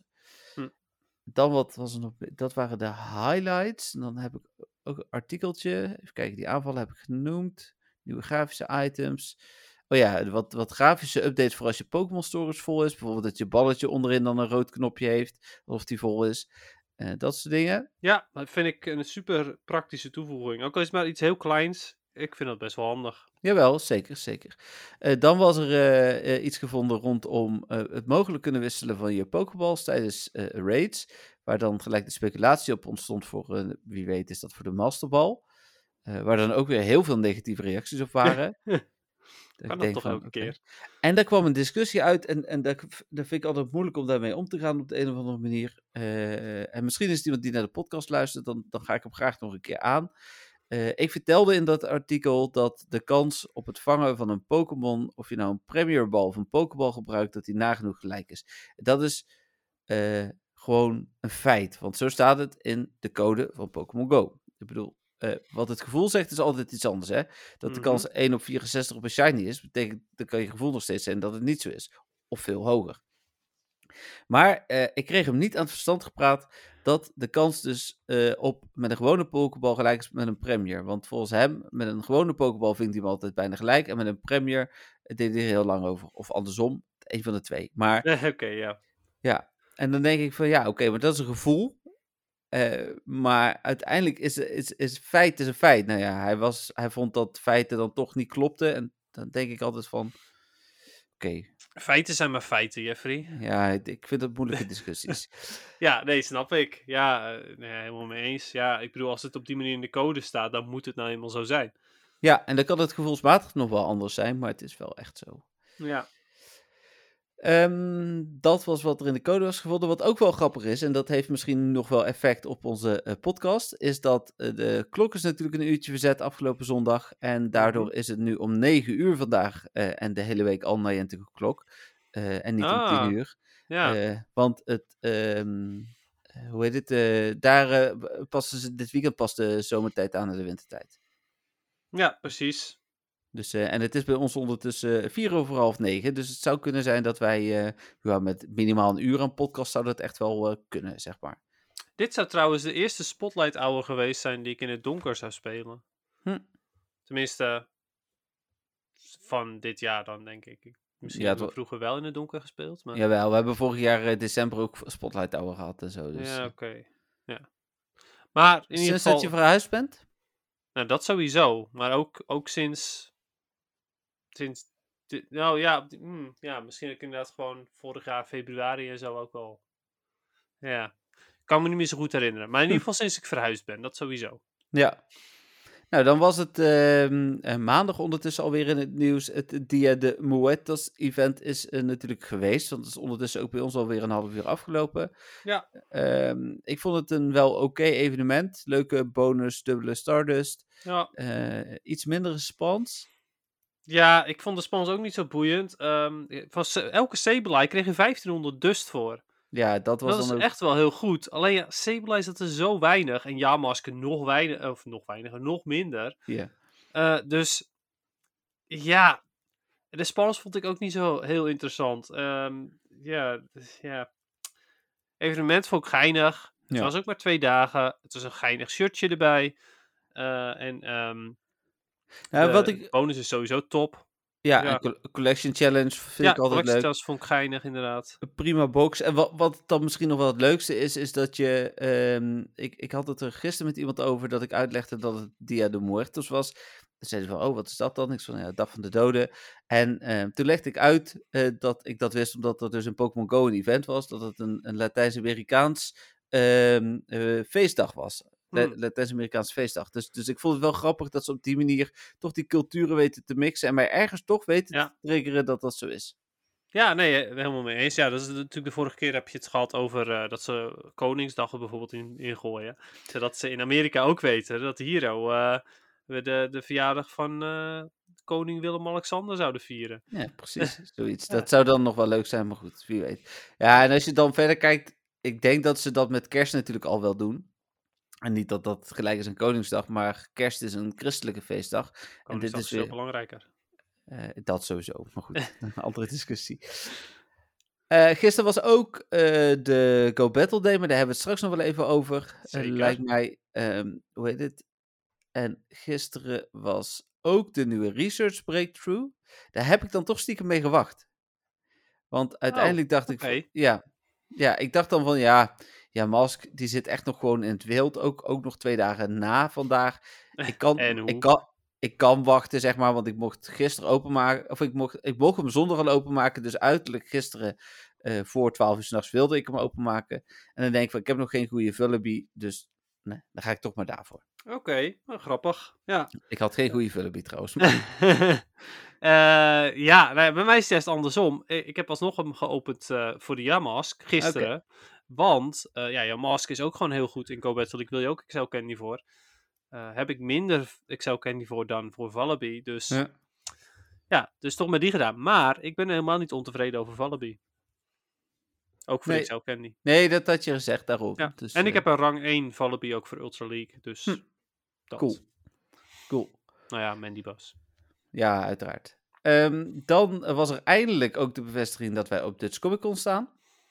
Dan wat was er nog... Dat waren de highlights. En dan heb ik ook een artikeltje. Even kijken, die aanvallen heb ik genoemd. Nieuwe grafische items. Oh ja, wat grafische updates voor als je Pokémon Storage vol is. Bijvoorbeeld dat je balletje onderin dan een rood knopje heeft. Of die vol is. Dat soort dingen. Ja, dat vind ik een super praktische toevoeging. Ook al is het maar iets heel kleins. Ik vind dat best wel handig. Jawel, zeker, zeker. Dan was er iets gevonden rondom het mogelijk kunnen wisselen van je Pokéballs tijdens raids. Waar dan gelijk de speculatie op ontstond voor, wie weet is dat voor de Masterball. Waar dan ook weer heel veel negatieve reacties op waren. Kan dat toch elke keer. En daar kwam een discussie uit en dat vind ik altijd moeilijk om daarmee om te gaan op de een of andere manier. En misschien is het iemand die naar de podcast luistert, dan ga ik hem graag nog een keer aan. Ik vertelde in dat artikel dat de kans op het vangen van een Pokémon, of je nou een Premier Ball of een Pokéball gebruikt, dat die nagenoeg gelijk is. Dat is gewoon een feit, want zo staat het in de code van Pokémon Go. Ik bedoel, wat het gevoel zegt is altijd iets anders, hè. Dat de kans 1 op 64 op een shiny is, betekent, dan kan je gevoel nog steeds zijn dat het niet zo is. Of veel hoger. Maar ik kreeg hem niet aan het verstand gepraat dat de kans dus met een gewone Pokéball gelijk is met een Premier. Want volgens hem, met een gewone Pokéball vindt hij hem altijd bijna gelijk. En met een Premier deed hij er heel lang over. Of andersom, een van de twee. Maar Oké, ja. Ja, en dan denk ik van ja, oké, maar dat is een gevoel. Maar uiteindelijk is feit is een feit. Nou ja, hij vond dat feiten dan toch niet klopten. En dan denk ik altijd van, oké. Feiten zijn maar feiten, Jeffrey. Ja, ik vind dat moeilijke discussies. Ja, nee, snap ik. Ja, helemaal mee eens. Ja, ik bedoel, als het op die manier in de code staat, dan moet het nou eenmaal zo zijn. Ja, en dan kan het gevoelsmatig nog wel anders zijn, maar het is wel echt zo. Ja. Dat was wat er in de code was gevonden. Wat ook wel grappig is, en dat heeft misschien nog wel effect op onze podcast, is dat de klok is natuurlijk een uurtje verzet afgelopen zondag. En daardoor is het nu om 9 uur vandaag en de hele week al Niantic klok. En niet om 10 uur. Ja. Want het, hoe heet het, daar passen ze dit weekend pas de zomertijd aan en de wintertijd. Ja, precies. Dus, en het is bij ons ondertussen 9:04. Dus het zou kunnen zijn dat wij met minimaal een uur aan podcast zouden het echt wel kunnen, zeg maar. Dit zou trouwens de eerste Spotlight Hour geweest zijn die ik in het donker zou spelen. Tenminste, van dit jaar dan, denk ik. Misschien hebben we vroeger wel in het donker gespeeld. Maar... Jawel, we hebben vorig jaar december ook Spotlight Hour gehad en zo. Dus, ja, oké. Ja. Maar in ieder geval... dat je verhuisd bent? Nou, dat sowieso. Maar ook sinds nou ja, misschien heb ik inderdaad gewoon vorig jaar februari en zo ook al. Ja, ik kan me niet meer zo goed herinneren. Maar in ieder geval sinds ik verhuisd ben, dat sowieso. Ja. Nou, dan was het maandag ondertussen alweer in het nieuws. Het Dia de Muertos event is natuurlijk geweest. Want het is ondertussen ook bij ons alweer een half uur afgelopen. Ja. Ik vond het een wel oké evenement. Leuke bonus, dubbele Stardust. Ja. Iets minder respons. Ja, ik vond de spons ook niet zo boeiend. Van elke Sableye kreeg je 1500 dust voor. Ja, dat was dan ook... echt wel heel goed. Alleen ja, Sableye is dat er zo weinig. En Yamask nog minder. Ja. Dus ja, de spons vond ik ook niet zo heel interessant. Evenement vond ik geinig. Het was ook maar 2 dagen. Het was een geinig shirtje erbij. Bonus is sowieso top. Ja, een Collection Challenge vind ik altijd leuk. Collection Challenge vond ik geinig, inderdaad. Een prima box. En wat dan misschien nog wel het leukste is dat je... ik had het er gisteren met iemand over dat ik uitlegde dat het Dia de Muertos was. Toen zeiden ze van, wat is dat dan? Ik zei, Dag van de Doden. En toen legde ik uit dat ik dat wist omdat er dus een Pokémon Go een event was. Dat het een Latijns-Amerikaans feestdag was. Latijns-Amerikaanse feestdag. Dus ik vond het wel grappig dat ze op die manier toch die culturen weten te mixen. En mij ergens toch weten te triggeren dat dat zo is. Ja, nee, helemaal mee eens. Ja, dat is natuurlijk de vorige keer heb je het gehad over dat ze Koningsdag er bijvoorbeeld in gooien. Zodat ze in Amerika ook weten dat hier we de verjaardag van koning Willem-Alexander zouden vieren. Ja, precies. Zoiets. Dat zou dan nog wel leuk zijn, maar goed, wie weet. Ja, en als je dan verder kijkt, ik denk dat ze dat met kerst natuurlijk al wel doen. En niet dat dat gelijk is aan Koningsdag, maar kerst is een christelijke feestdag. Koningsdag en dit is weer veel belangrijker. Dat sowieso, maar goed, een andere discussie. Gisteren was ook de Go Battle Day, maar daar hebben we het straks nog wel even over. Lijkt mij, hoe heet het? En gisteren was ook de nieuwe Research Breakthrough. Daar heb ik dan toch stiekem mee gewacht. Want uiteindelijk dacht ik... Ja, ik dacht dan van Mask, die zit echt nog gewoon in het wild. Ook nog 2 dagen na vandaag. Ik kan wachten, zeg maar, want ik mocht gisteren openmaken. Of ik mocht hem zondag al openmaken. Dus uiterlijk gisteren voor 12 uur 's nachts wilde ik hem openmaken. En dan denk ik van, ik heb nog geen goede Vullaby. Dus nee, dan ga ik toch maar daarvoor. Oké, grappig. Ja. Ik had geen goede Vullaby trouwens. Bij mij is het juist andersom. Ik heb alsnog hem geopend voor de Yamask gisteren. Okay. Want Yamask is ook gewoon heel goed in Go Battle. Ik wil je ook Excel Candy voor. Heb ik minder Excel Candy voor dan voor Vullaby. Dus dus toch met die gedaan. Maar ik ben helemaal niet ontevreden over Vullaby. Ook voor Excel Candy. Nee, dat had je gezegd daarom. Ja. Dus, en ik heb een rang 1 Vullaby ook voor Ultra League. Dus dat. Cool. Nou ja, Mandibuzz. Ja, uiteraard. Dan was er eindelijk ook de bevestiging dat wij op Dutch Comic Con staan.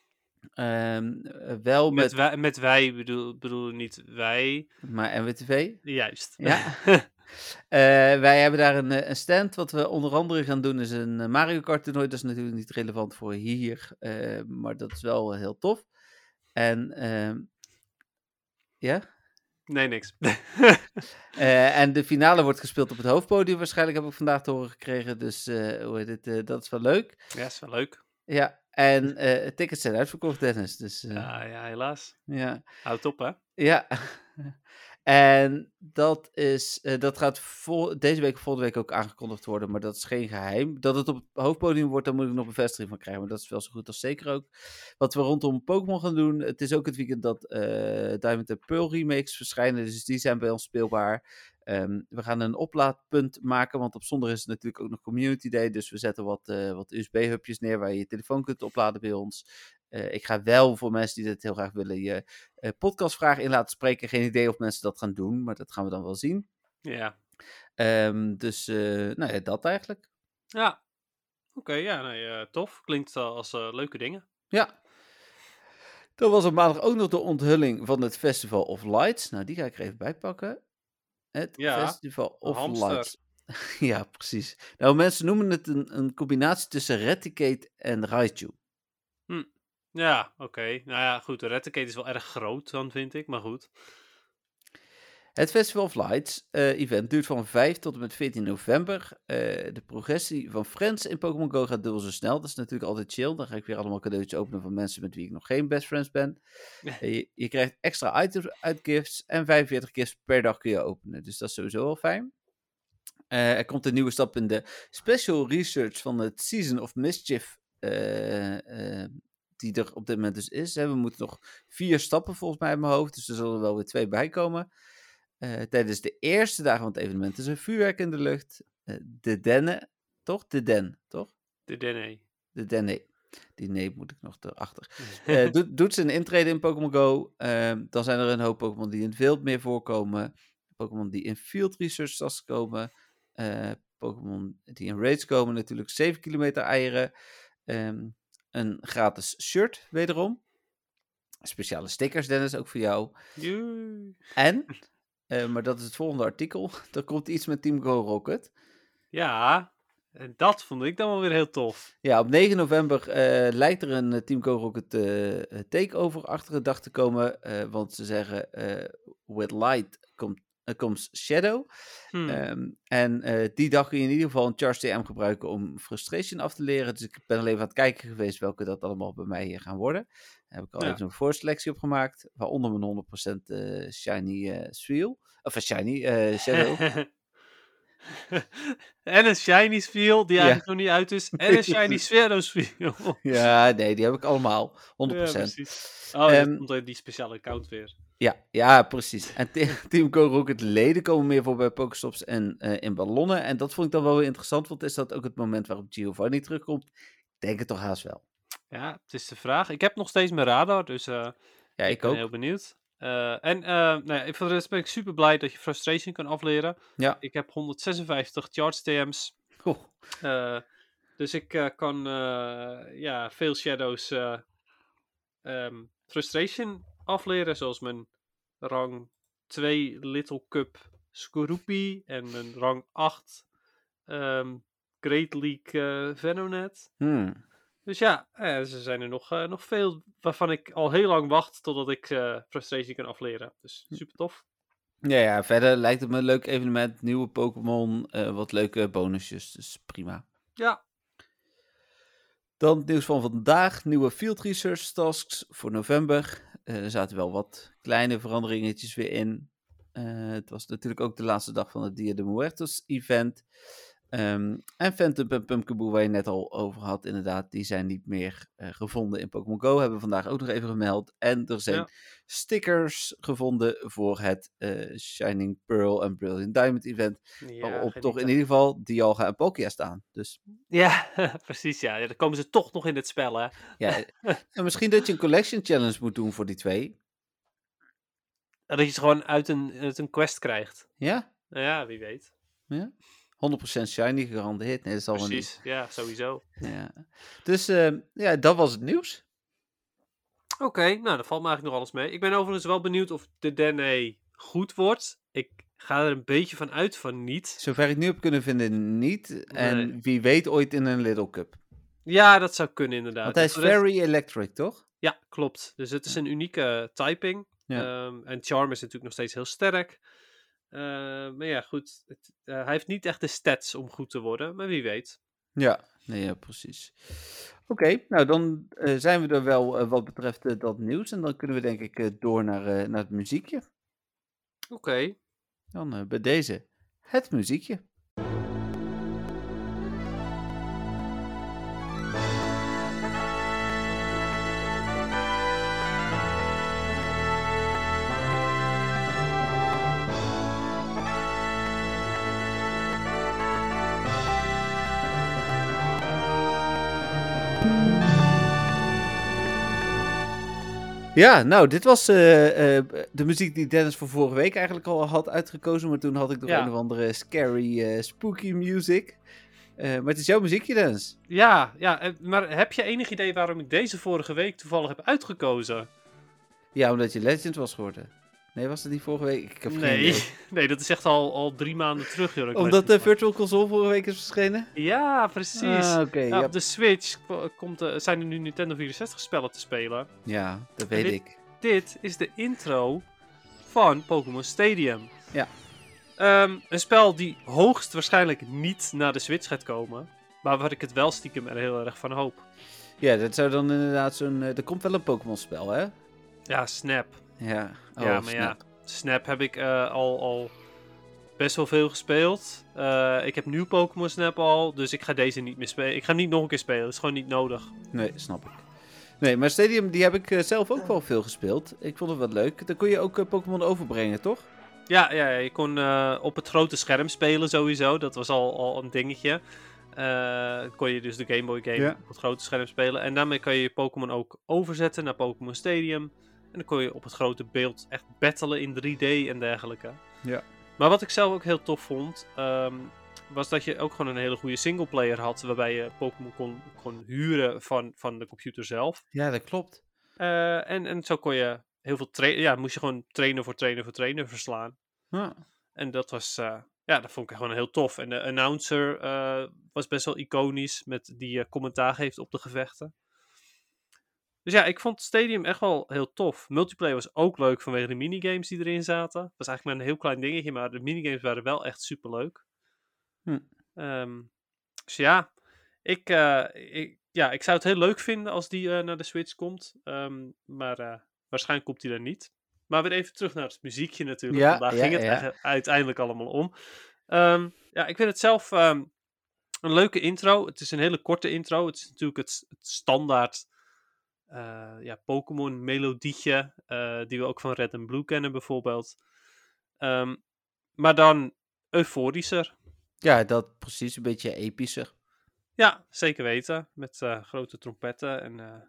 Wel met wij bedoel niet wij. Maar NWTV. Juist. Ja. Wij hebben daar een stand. Wat we onder andere gaan doen is een Mario Kart toernooi. Dat is natuurlijk niet relevant voor hier. Maar dat is wel heel tof. En ja? Nee, niks. En de finale wordt gespeeld op het hoofdpodium. Waarschijnlijk heb ik vandaag te horen gekregen. Dus dat is wel leuk. Ja, is wel leuk. Ja, en tickets zijn uitverkocht, Dennis. Dus, ja, helaas. Ja. Houd op, hè? Ja. En dat gaat deze week of volgende week ook aangekondigd worden, maar dat is geen geheim. Dat het op het hoofdpodium wordt, daar moet ik nog bevestiging van krijgen, maar dat is wel zo goed als zeker ook. Wat we rondom Pokémon gaan doen, het is ook het weekend dat Diamond and Pearl remakes verschijnen, dus die zijn bij ons speelbaar. We gaan een oplaadpunt maken, want op zondag is het natuurlijk ook nog Community Day, dus we zetten wat USB-hubjes neer waar je je telefoon kunt opladen bij ons. Ik ga wel voor mensen die dit heel graag willen je podcastvragen in laten spreken. Geen idee of mensen dat gaan doen, maar dat gaan we dan wel zien. Ja. Dus nou ja, dat eigenlijk. Ja. Oké, ja, nee, tof. Klinkt als leuke dingen. Ja. Dan was op maandag ook nog de onthulling van het Festival of Lights. Nou, die ga ik er even bij pakken. Het Festival of hamster. Lights. Ja, precies. Nou, mensen noemen het een combinatie tussen Raticate en Raichu. Ja, oké. Nou ja, goed. De Raticate is wel erg groot dan, vind ik. Maar goed. Het Festival of Lights event duurt van 5 tot en met 14 november. De progressie van Friends in Pokémon Go gaat dubbel zo snel. Dat is natuurlijk altijd chill. Dan ga ik weer allemaal cadeautjes openen van mensen met wie ik nog geen best friends ben. Je krijgt extra items uit gifts en 45 gifts per dag kun je openen. Dus dat is sowieso wel fijn. Er komt een nieuwe stap in de special research van het Season of Mischief die er op dit moment dus is. We moeten nog 4 stappen volgens mij in mijn hoofd, dus er zullen er wel weer 2 bij komen. Tijdens de eerste dagen van het evenement is er vuurwerk in de lucht. De Denne, toch? De Den, toch? De Denne. De Denne. Die nee moet ik nog erachter. Doet ze een intrede in Pokémon Go. Dan zijn er een hoop Pokémon die in het wild meer voorkomen. Pokémon die in field research tasks komen. Pokémon die in raids komen. Natuurlijk 7 kilometer eieren. Een gratis shirt wederom. Speciale stickers, Dennis, ook voor jou. Joe. En, maar dat is het volgende artikel. Er komt iets met Team Go Rocket. Ja, en dat vond ik dan wel weer heel tof. Ja, op 9 november lijkt er een Team Go Rocket takeover achter de dag te komen. Want ze zeggen, with light comes shadow. En die dag kun je in ieder geval een Charge TM gebruiken om Frustration af te leren. Dus ik ben al even aan het kijken geweest welke dat allemaal bij mij hier gaan worden. Daar heb ik al even een voorselectie op gemaakt. Waaronder mijn 100% Shiny Sweel. Of Shiny Shadow. En een Shiny Sweel die eigenlijk nog niet uit is. En een Shiny Shadow Sweel. Ja, nee, die heb ik allemaal. 100%. Ja, precies. Oh, dat komt die speciale account weer. Ja, precies. En Team Go Rocket leden komen meer voor bij Pokestops en in ballonnen. En dat vond ik dan wel weer interessant, want is dat ook het moment waarop Giovanni terugkomt? Ik denk het toch haast wel. Ja, het is de vraag. Ik heb nog steeds mijn radar, dus ja, ik ben ook heel benieuwd. Nou ja, voor de rest ben ik super blij dat je Frustration kan afleren. Ja. Ik heb 156 Charge TM's. Dus ik kan veel Shadows Frustration afleren, zoals mijn rang 2 Little Cup Skorupi en mijn rang 8 Great League Venonet. Dus ja, er zijn er nog veel waarvan ik al heel lang wacht totdat ik Frustration kan afleren. Dus super tof. Ja, verder lijkt het me een leuk evenement. Nieuwe Pokémon, wat leuke bonusjes, dus prima. Ja. Dan het nieuws van vandaag. Nieuwe Field Research tasks voor november. Er zaten wel wat kleine veranderingetjes weer in. Het was natuurlijk ook de laatste dag van het Dia de Muertos event. En Phantom en Pumpkaboo, waar je net al over had, inderdaad, die zijn niet meer gevonden in Pokémon Go. Hebben we vandaag ook nog even gemeld. En er zijn stickers gevonden voor het Shining Pearl en Brilliant Diamond event. Waarop toch in ieder geval Dialga en Palkia staan. Dus... Ja, precies. Ja, dan komen ze toch nog in het spel, hè? Ja, en misschien dat je een collection challenge moet doen voor die 2. Dat je ze gewoon uit een quest krijgt. Ja? Ja, wie weet. Ja? 100% shiny gegarandeerd. Nee, dat zal wel niet. Ja, sowieso. Ja. Dus dat was het nieuws. Oké, nou, dat valt me eigenlijk nog alles mee. Ik ben overigens wel benieuwd of de Denne goed wordt. Ik ga er een beetje van uit van niet. Zover ik nu heb kunnen vinden, niet. En wie weet ooit in een Little Cup. Ja, dat zou kunnen inderdaad. Want hij is very electric, toch? Ja, klopt. Dus het is een unieke typing. Ja. En Charm is natuurlijk nog steeds heel sterk. Maar ja, goed. Hij heeft niet echt de stats om goed te worden, maar wie weet. Ja, precies. Oké, nou dan zijn we er wel wat betreft dat nieuws. En dan kunnen we denk ik door naar het muziekje. Oké. Dan bij deze het muziekje. Ja, nou, dit was de muziek die Dennis voor vorige week eigenlijk al had uitgekozen. Maar toen had ik nog Ja. een of andere scary, spooky music. Maar het is jouw muziekje, Dennis. Ja, maar heb je enig idee waarom ik deze vorige week toevallig heb uitgekozen? Ja, omdat je Legend was geworden. Nee, was dat niet vorige week? Ik heb geen idee. Nee, dat is echt al 3 maanden terug. Joh, Omdat de Virtual Console vorige week is verschenen? Ja, precies. Ah, oké. Ja, Ja. op de Switch zijn er nu Nintendo 64 spellen te spelen. Ja, dat weet ik. Dit is de intro van Pokémon Stadium. Ja. Een spel die hoogstwaarschijnlijk niet naar de Switch gaat komen. Maar waar ik het wel stiekem er heel erg van hoop. Ja, dat zou dan inderdaad zo'n... er komt wel een Pokémon spel, hè? Ja, Snap. Ja. Oh, Ja, maar ja, Snap heb ik al best wel veel gespeeld. Ik heb nu Pokémon Snap al, dus ik ga deze niet meer spelen. Ik ga hem niet nog een keer spelen, dat is gewoon niet nodig. Nee, snap ik. Nee, maar Stadium, die heb ik zelf ook wel veel gespeeld. Ik vond het wat leuk. Dan kon je ook Pokémon overbrengen, toch? Ja, je kon op het grote scherm spelen sowieso. Dat was al een dingetje. Kon je dus de Game Boy game op het grote scherm spelen. En daarmee kan je je Pokémon ook overzetten naar Pokémon Stadium. En dan kon je op het grote beeld echt battelen in 3D en dergelijke. Ja. Maar wat ik zelf ook heel tof vond, was dat je ook gewoon een hele goede singleplayer had. Waarbij je Pokémon kon huren van de computer zelf. Ja, dat klopt. En zo kon je heel veel moest je gewoon trainer voor trainer verslaan. Ja. En dat was, dat vond ik gewoon heel tof. En de announcer was best wel iconisch met die commentaar geeft op de gevechten. Dus ja, ik vond Stadium echt wel heel tof. Multiplayer was ook leuk vanwege de minigames die erin zaten. Het was eigenlijk maar een heel klein dingetje, maar de minigames waren wel echt superleuk. Dus ja, ik zou het heel leuk vinden als die naar de Switch komt. Maar waarschijnlijk komt die er niet. Maar weer even terug naar het muziekje natuurlijk. Ja, Want daar ging het uiteindelijk allemaal om. Ik vind het zelf een leuke intro. Het is een hele korte intro. Het is natuurlijk het standaard Pokémon melodietje. Die we ook van Red and Blue kennen bijvoorbeeld. Maar dan euforischer. Ja, dat precies. Een beetje epischer. Ja, zeker weten. Met grote trompetten en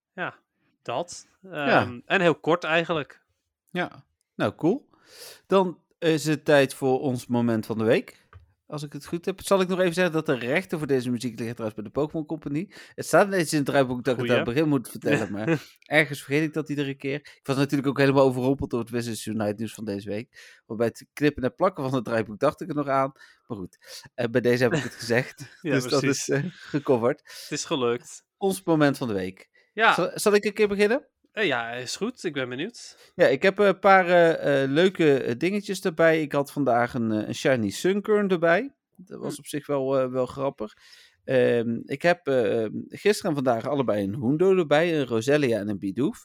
dat. En heel kort eigenlijk. Ja, nou cool. Dan is het tijd voor ons moment van de week. Als ik het goed heb, zal ik nog even zeggen dat de rechten voor deze muziek liggen trouwens bij de Pokémon Company. Het staat ineens in het draaiboek dat ik het aan het begin moet vertellen, maar ergens vergeet ik dat iedere keer. Ik was natuurlijk ook helemaal overrompeld door het Wizards Unite nieuws van deze week. Maar bij het knippen en plakken van het draaiboek dacht ik er nog aan. Maar goed, bij deze heb ik het gezegd. Ja, dus precies. dat is gecoverd. Het is gelukt. Ons moment van de week. Ja. Zal ik een keer beginnen? Ja, is goed. Ik ben benieuwd. Ja, ik heb een paar leuke dingetjes erbij. Ik had vandaag een Shiny Sunkern erbij. Dat was op zich wel grappig. Ik heb gisteren en vandaag allebei een Hundo erbij. Een Roselia en een Bidoof.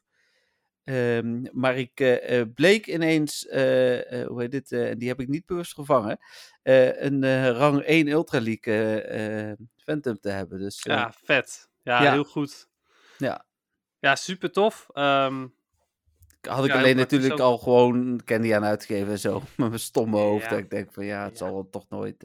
Maar ik bleek ineens, hoe heet dit, en die heb ik niet bewust gevangen, een rang 1 Ultra League Phantom te hebben. Dus, ja, vet. Ja, heel goed. Ja, super tof. Had ik alleen natuurlijk al gewoon candy aan uitgegeven en zo. Met mijn stomme hoofd. Dat ik denk van het zal wel toch nooit.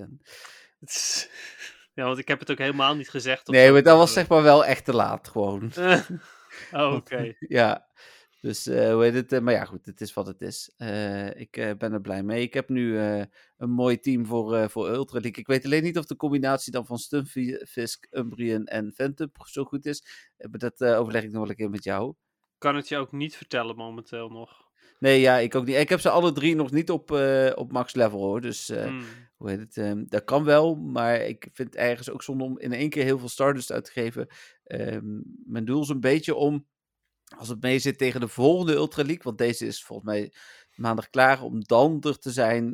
Ja, want ik heb het ook helemaal niet gezegd. Nee, maar dat was zeg maar wel echt te laat gewoon. Oké. Ja, dus hoe heet het? Maar ja, goed, het is wat het is. Ik ben er blij mee. Ik heb nu een mooi team voor Ultra League. Ik weet alleen niet of de combinatie dan van Stunfisk, Umbreon en Phantom zo goed is. Maar dat overleg ik nog wel een keer met jou. Kan het je ook niet vertellen momenteel nog. Nee, ja, ik ook niet. Ik heb ze alle drie nog niet op max level hoor. Dus hoe heet het? Dat kan wel, maar ik vind het ergens ook zonde om in één keer heel veel Stardust uit te geven. Mijn doel is een beetje om, als het mee zit tegen de volgende Ultra League, want deze is volgens mij maandag klaar, om dan er te zijn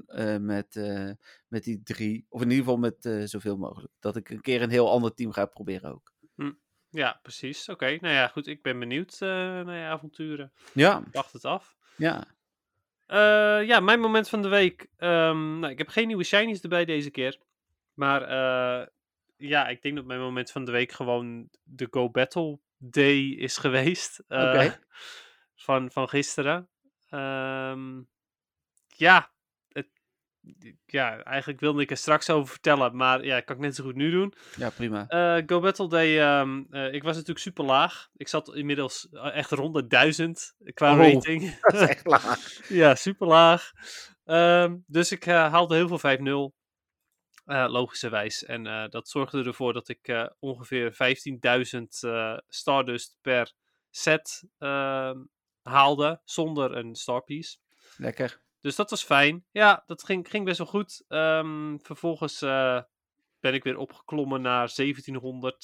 met die 3, of in ieder geval met zoveel mogelijk. Dat ik een keer een heel ander team ga proberen ook. Ja, precies. Oké. Nou ja, goed. Ik ben benieuwd naar je avonturen. Ja. Wacht het af. Ja. Ja, mijn moment van de week. Nou, ik heb geen nieuwe shinies erbij deze keer. Maar ja, ik denk dat mijn moment van de week gewoon de Go Battle Day is geweest. Oké. Van gisteren. Ja, het, ja, eigenlijk wilde ik er straks over vertellen. Maar ja, kan ik net zo goed nu doen. Ja, prima. Go Battle Day, ik was natuurlijk super laag. Ik zat inmiddels echt rond de 1000 qua rating. Dat is echt laag. Ja, super laag. Dus ik haalde heel veel 5-0, logischerwijs. En dat zorgde ervoor dat ik ongeveer 15.000 Stardust per set haalde, zonder een Starpiece. Lekker. Dus dat was fijn. Ja, dat ging best wel goed. Vervolgens ben ik weer opgeklommen naar 1700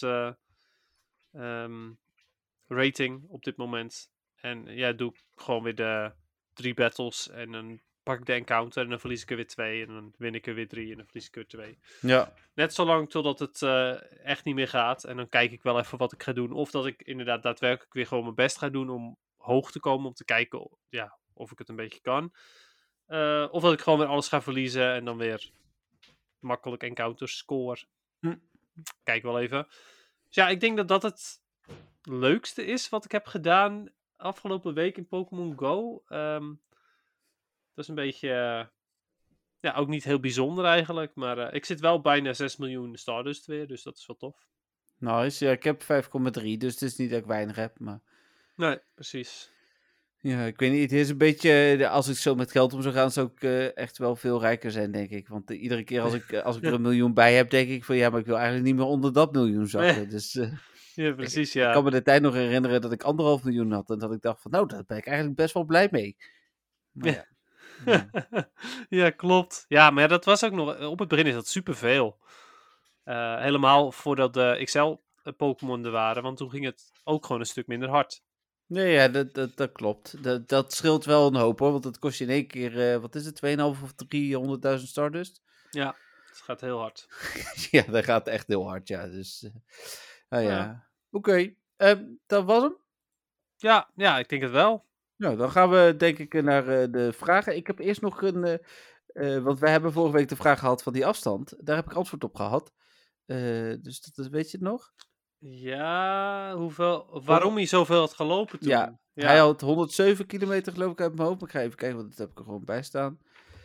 rating op dit moment. En ja, doe ik gewoon weer de 3 battles. En dan pak ik de encounter en dan verlies ik er weer 2. En dan win ik er weer 3 en dan verlies ik er weer 2. Ja. Net zolang totdat het echt niet meer gaat. En dan kijk ik wel even wat ik ga doen. Of dat ik inderdaad daadwerkelijk weer gewoon mijn best ga doen om hoog te komen. Om te kijken ja, of ik het een beetje kan. Of dat ik gewoon weer alles ga verliezen en dan weer makkelijk encounters score. Kijk wel even. Dus ja, ik denk dat dat het leukste is wat ik heb gedaan afgelopen week in Pokémon Go. Dat is een beetje, ja, ook niet heel bijzonder eigenlijk. Maar ik zit wel bijna 6 miljoen Stardust weer, dus dat is wel tof. Nice. Ja, ik heb 5,3, dus het is niet dat ik weinig heb, maar... Nee, precies. Ja, ik weet niet, het is een beetje, als ik zo met geld om zou gaan, zou ik echt wel veel rijker zijn, denk ik. Want iedere keer als ik er 1 miljoen bij heb, denk ik van ja, maar ik wil eigenlijk niet meer onder dat miljoen zakken. Nee. Dus Ja, precies, ik ja. kan me de tijd nog herinneren dat ik 1,5 miljoen had en dat ik dacht van nou, daar ben ik eigenlijk best wel blij mee. Maar ja. Ja, klopt. Ja, maar dat was ook nog, op het begin is dat superveel. Helemaal voordat de XL-Pokémon er waren, want toen ging het ook gewoon een stuk minder hard. Nee, ja, dat klopt. Dat scheelt wel een hoop hoor, want dat kost je in één keer, wat is het, 2,5 of 300.000 Stardust? Ja, het gaat heel hard. Ja, dat gaat echt heel hard, ja. Dus, nou ja. Ja. Oké, dat was hem. Ja, ik denk het wel. Nou, dan gaan we denk ik naar de vragen. Ik heb eerst nog want wij hebben vorige week de vraag gehad van die afstand. Daar heb ik antwoord op gehad. Dus weet je het nog? Ja, waarom hij zoveel had gelopen toen. Ja, hij had 107 kilometer geloof ik uit mijn hoofd. Maar ik ga even kijken, want dat heb ik er gewoon bij staan.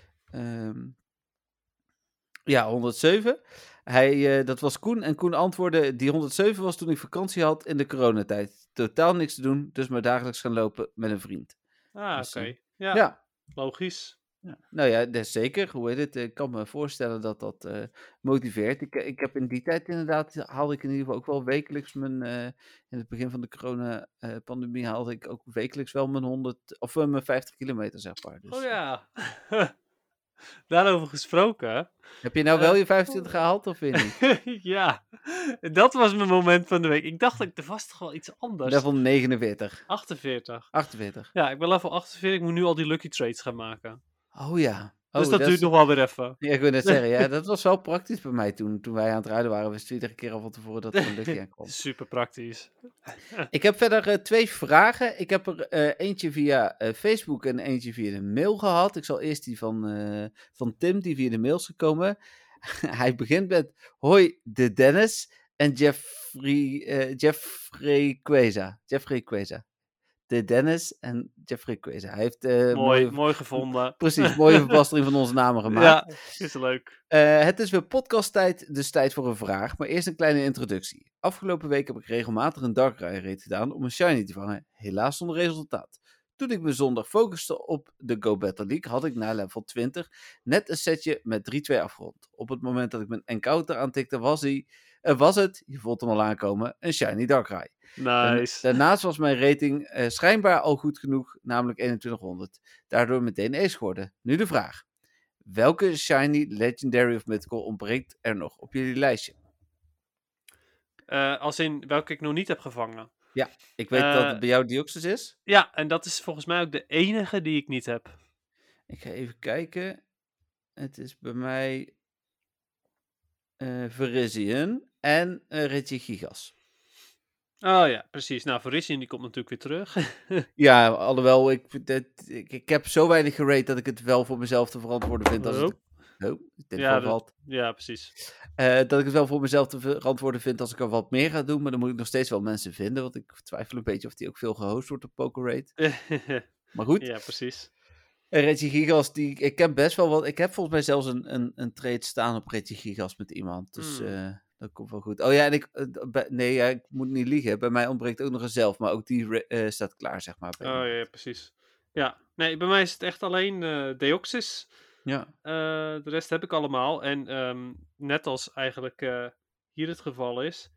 Ja, 107. Dat was Koen. En Koen antwoordde, die 107 was toen ik vakantie had in de coronatijd. Totaal niks te doen, dus maar dagelijks gaan lopen met een vriend. Dus, oké. Ja. Logisch. Ja. Nou ja, dat is zeker. Hoe heet het? Ik kan me voorstellen dat dat motiveert. Ik heb in die tijd inderdaad, haalde ik in ieder geval ook wel wekelijks in het begin van de corona-pandemie haalde ik ook wekelijks wel mijn 50 kilometer, zeg maar. Dus, Oh ja. Daarover gesproken. heb je nou wel je 25 gehaald of weer niet? Ja, dat was mijn moment van de week. Ik dacht, er was toch wel iets anders. Level 49. 48. 48. Ja, ik ben level 48. Ik moet nu al die lucky trades gaan maken. Oh ja. Dus dat duurt nog wel weer even. Ja, ik wil net zeggen, ja, dat was wel praktisch bij mij toen wij aan het rijden waren. Wisten we iedere keer al van tevoren dat er een lucky aan kwam. Super praktisch. Ik heb verder 2 vragen. Ik heb er eentje via Facebook en eentje via de mail gehad. Ik zal eerst die van Tim, die via de mail is gekomen. Hij begint met, hoi, de Dennis en Jeffrey Queza. Jeffrey Queza. De Dennis en Jeffrey Queza. Hij heeft mooi gevonden. Precies, mooie verbastering van onze namen gemaakt. Ja, is leuk. Het is weer podcasttijd, dus tijd voor een vraag. Maar eerst een kleine introductie. Afgelopen week heb ik regelmatig een Darkrai raid gedaan om een shiny te vangen. Helaas zonder resultaat. Toen ik me zondag focuste op de Go Battle League, had ik na level 20 net een setje met 3-2 afgerond. Op het moment dat ik mijn encounter aantikte, was het, je voelt hem al aankomen, een shiny Darkrai. Nice. Daarnaast was mijn rating schijnbaar al goed genoeg, namelijk 2100. Daardoor meteen ace geworden. Nu de vraag. Welke shiny, legendary of mythical ontbreekt er nog op jullie lijstje? Als in welke ik nog niet heb gevangen. Ja, ik weet dat het bij jou Deoxys is. Ja, en dat is volgens mij ook de enige die ik niet heb. Ik ga even kijken. Het is bij mij Virizion en Regigigas. Oh ja, precies. Nou, Virizion die komt natuurlijk weer terug. Ja, alhoewel ik heb zo weinig gerate dat ik het wel voor mezelf te verantwoorden vind als het... Oh. Oh, de telefoon Ja, valt. ja, precies. Dat ik het wel voor mezelf te verantwoorden vind als ik er wat meer ga doen. Maar dan moet ik nog steeds wel mensen vinden. Want ik twijfel een beetje of die ook veel gehost wordt op PokerRate. Maar goed. Ja, precies. En Reggie Gigas, ik ken best wel wat. Ik heb volgens mij zelfs een trade staan op Reggie Gigas met iemand. Dus dat komt wel goed. Oh ja, en ik moet niet liegen. Bij mij ontbreekt ook nog een zelf. Maar ook die staat klaar, zeg maar. Bij Oh iemand. ja, precies. Ja, nee, bij mij is het echt alleen Deoxys. Ja. De rest heb ik allemaal. En net als eigenlijk hier het geval is.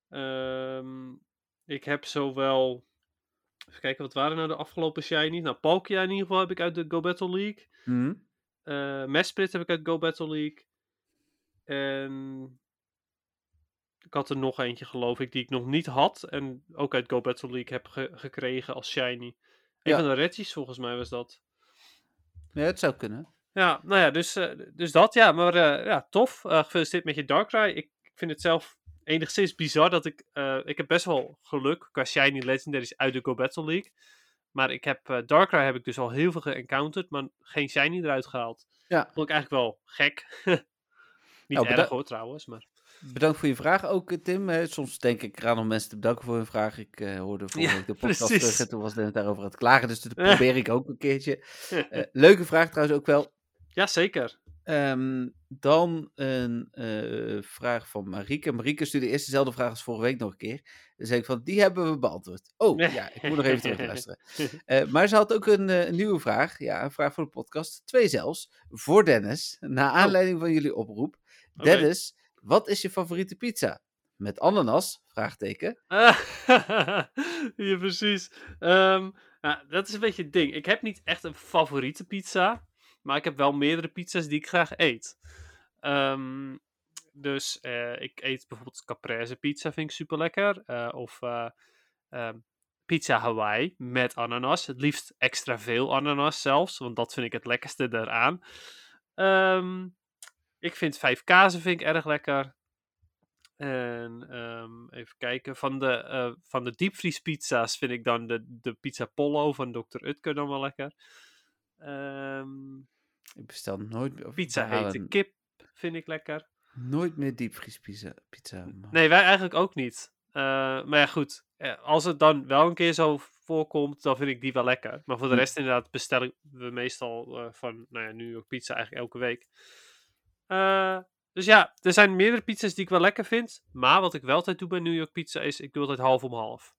Ik heb zowel... Even kijken, wat waren nou de afgelopen shinies? Nou, Palkia in ieder geval heb ik uit de Go Battle League. Mhm. Mesprit heb ik uit Go Battle League. En ik had er nog eentje, geloof ik, die ik nog niet had. En ook uit Go Battle League heb gekregen als shiny. Een Ja. van de Reggies, volgens mij was dat. Ja, het zou kunnen. Ja, nou ja, dus dat, ja. Maar ja, tof. Gefeliciteerd met je Darkrai. Ik vind het zelf enigszins bizar dat ik heb best wel geluk qua shiny legendaries uit de Go Battle League. Maar ik heb Darkrai heb ik dus al heel veel geëncounterd, maar geen shiny eruit gehaald. Ja. Vond ik eigenlijk wel gek. Niet Nou, erg hoor, trouwens, maar... Bedankt voor je vraag ook, Tim. Soms denk ik eraan om mensen te bedanken voor hun vraag. Ik hoorde vorige week de podcast precies. terug en toen was het daarover aan het klagen. Dus dat probeer ik ook een keertje. Leuke vraag trouwens ook wel. Ja, zeker. Dan een vraag van Marieke. Marieke stuurde eerst dezelfde vraag als vorige week nog een keer. Dus zei ik van, die hebben we beantwoord. Oh, ja, ik moet nog even terugluisteren. Maar ze had ook een nieuwe vraag. Ja, een vraag voor de podcast. 2 zelfs. Voor Dennis. Naar aanleiding van jullie oproep. Oké. Dennis, wat is je favoriete pizza? Met ananas? Vraagteken. Ja, precies. Dat is een beetje het ding. Ik heb niet echt een favoriete pizza. Maar ik heb wel meerdere pizza's die ik graag eet. Dus ik eet bijvoorbeeld caprese pizza, vind ik super lekker. Of pizza Hawaii met ananas. Het liefst extra veel ananas zelfs. Want dat vind ik het lekkerste daaraan. Ik vind 5 kazen vind ik erg lekker. En even kijken. Van de diepvriespizza's vind ik dan de pizza Pollo van Dr. Utker dan wel lekker. Ik bestel nooit... Pizza hete kip vind ik lekker. Nooit meer diepvriespizza. Nee, wij eigenlijk ook niet. Maar ja, goed. Als het dan wel een keer zo voorkomt, dan vind ik die wel lekker. Maar voor de rest inderdaad bestellen we meestal van New York Pizza eigenlijk elke week. Dus ja, er zijn meerdere pizza's die ik wel lekker vind. Maar wat ik wel altijd doe bij New York Pizza is, ik doe altijd half om half.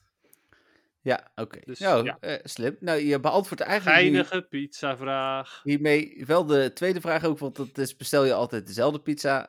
Ja, oké. Dus, nou, slim. Nou, je beantwoordt eigenlijk geinige pizzavraag. hiermee wel de tweede vraag ook, want dat is, bestel je altijd dezelfde pizza?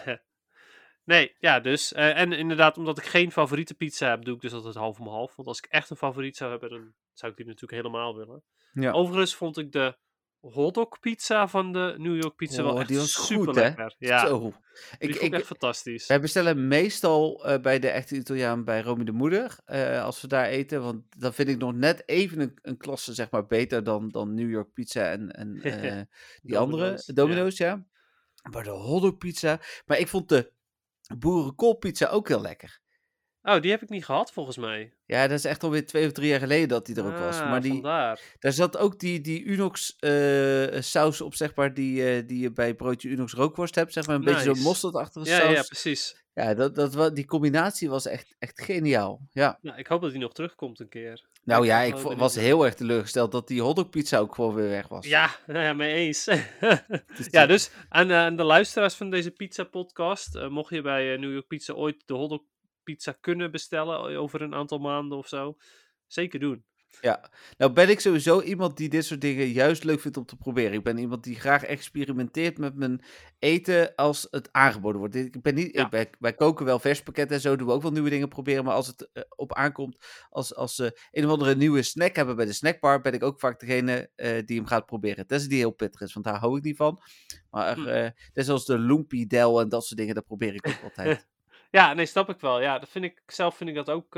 Nee, ja, dus. En inderdaad, omdat ik geen favoriete pizza heb, doe ik dus altijd half om half. Want als ik echt een favoriet zou hebben, dan zou ik die natuurlijk helemaal willen. Ja. Overigens vond ik de hotdog pizza van de New York Pizza wel echt die was super goed, lekker. Hè? Ja, Zo. die vond ik echt fantastisch. Wij bestellen meestal bij de echte Italiaan bij Romy de Moeder, als we daar eten. Want dan vind ik nog net even een klasse, zeg maar, beter dan New York Pizza en die andere, Domino's, ja. Maar de hotdog pizza. Maar ik vond de boerenkoolpizza ook heel lekker. Oh, die heb ik niet gehad, volgens mij. Ja, dat is echt alweer 2 of 3 jaar geleden dat die er ook was. Maar vandaar. daar zat ook die Unox saus op, zeg maar, die je bij broodje Unox rookworst hebt. Zeg maar, een beetje zo'n mosterdachtige saus. Ja, precies. Ja, die combinatie was echt geniaal. Ja. Nou, ik hoop dat die nog terugkomt een keer. Nou ja, ik was heel erg teleurgesteld dat die hotdogpizza ook gewoon weer weg was. Ja, mee eens. Ja, dus aan de luisteraars van deze pizza podcast, mocht je bij New York Pizza ooit de hotdogpizza kunnen bestellen over een aantal maanden of zo, zeker doen. Ja, nou ben ik sowieso iemand die dit soort dingen juist leuk vindt om te proberen. Ik ben iemand die graag experimenteert met mijn eten als het aangeboden wordt. Ik ben niet, wij koken wel verspakketten en zo, doen we ook wel nieuwe dingen proberen. Maar als het op aankomt, als ze een of andere nieuwe snack hebben bij de snackbar, ben ik ook vaak degene die hem gaat proberen. Tenzij die heel pittig is, want daar hou ik niet van. Maar net zoals de Lumpy Del en dat soort dingen, dat probeer ik ook altijd. Ja, nee, snap ik wel. Ja, dat vind ik dat ook...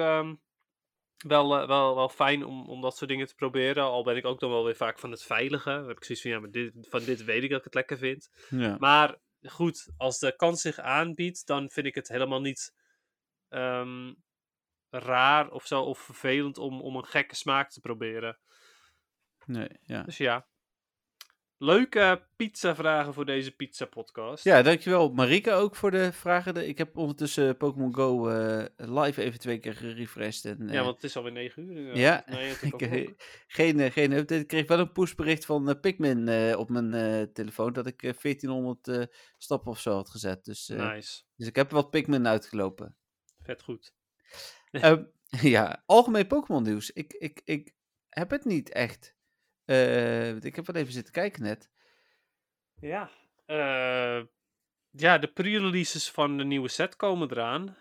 Wel fijn om dat soort dingen te proberen. Al ben ik ook dan wel weer vaak van het veilige. Dan heb ik zoiets van, ja, maar van dit weet ik dat ik het lekker vind. Ja. Maar goed, als de kans zich aanbiedt, dan vind ik het helemaal niet raar of zo, of vervelend om een gekke smaak te proberen. Nee, ja. Dus ja. Leuke pizza-vragen voor deze pizza-podcast. Ja, dankjewel Marika ook voor de vragen. Ik heb ondertussen Pokémon Go live even 2 keer gerefreshed. En, Ja, want het is alweer 9 uur. ja, Nee, geen update. Ik kreeg wel een pushbericht van Pikmin op mijn telefoon dat ik 1400 stappen of zo had gezet. Dus ik heb wat Pikmin uitgelopen. Vet goed. Ja, algemeen Pokémon nieuws. Ik heb het niet echt. Ik heb wel even zitten kijken net. Ja. Ja, de pre-releases van de nieuwe set komen eraan.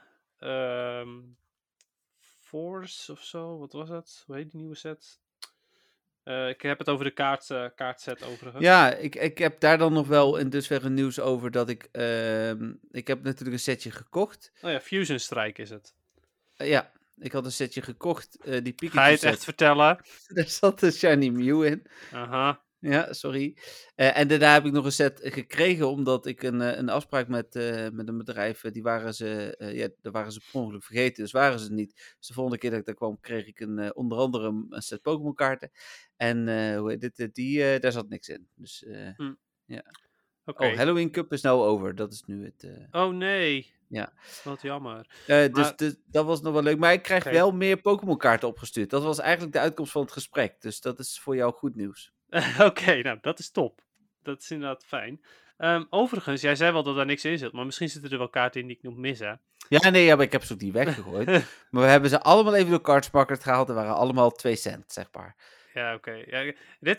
Force of zo, wat was het? Hoe heet die nieuwe set? Ik heb het over de kaartset overigens. Ja, ik heb daar dan nog wel in dusverre nieuws over dat ik heb natuurlijk een setje gekocht. Oh ja, Fusion Strike is het. Ja, ik had een setje gekocht, die Pikachu Ga je het set. echt vertellen? Daar zat een Shiny Mew in. Aha. Ja, sorry. En daarna heb ik nog een set gekregen, omdat ik een afspraak met een bedrijf, die waren ze, daar waren ze per ongeluk vergeten, dus waren ze niet. Dus de volgende keer dat ik daar kwam, kreeg ik onder andere een set Pokémon kaarten. En hoe heet dit, daar zat niks in. Dus ja. Okay. Oh, Halloween Cup is nou over. Dat is nu het... Oh nee. Ja. Wat jammer. Dus dat was nog wel leuk. Maar ik krijg wel meer Pokémon kaarten opgestuurd. Dat was eigenlijk de uitkomst van het gesprek. Dus dat is voor jou goed nieuws. Oké, nou dat is top. Dat is inderdaad fijn. Overigens, jij zei wel dat er niks in zit. Maar misschien zitten er wel kaarten in die ik nog mis, hè? Ja, nee, maar ik heb ze ook niet weggegooid. Maar we hebben ze allemaal even door Cardspot gehaald. Er waren allemaal 2 cent, zeg maar. Ja, oké. Ja,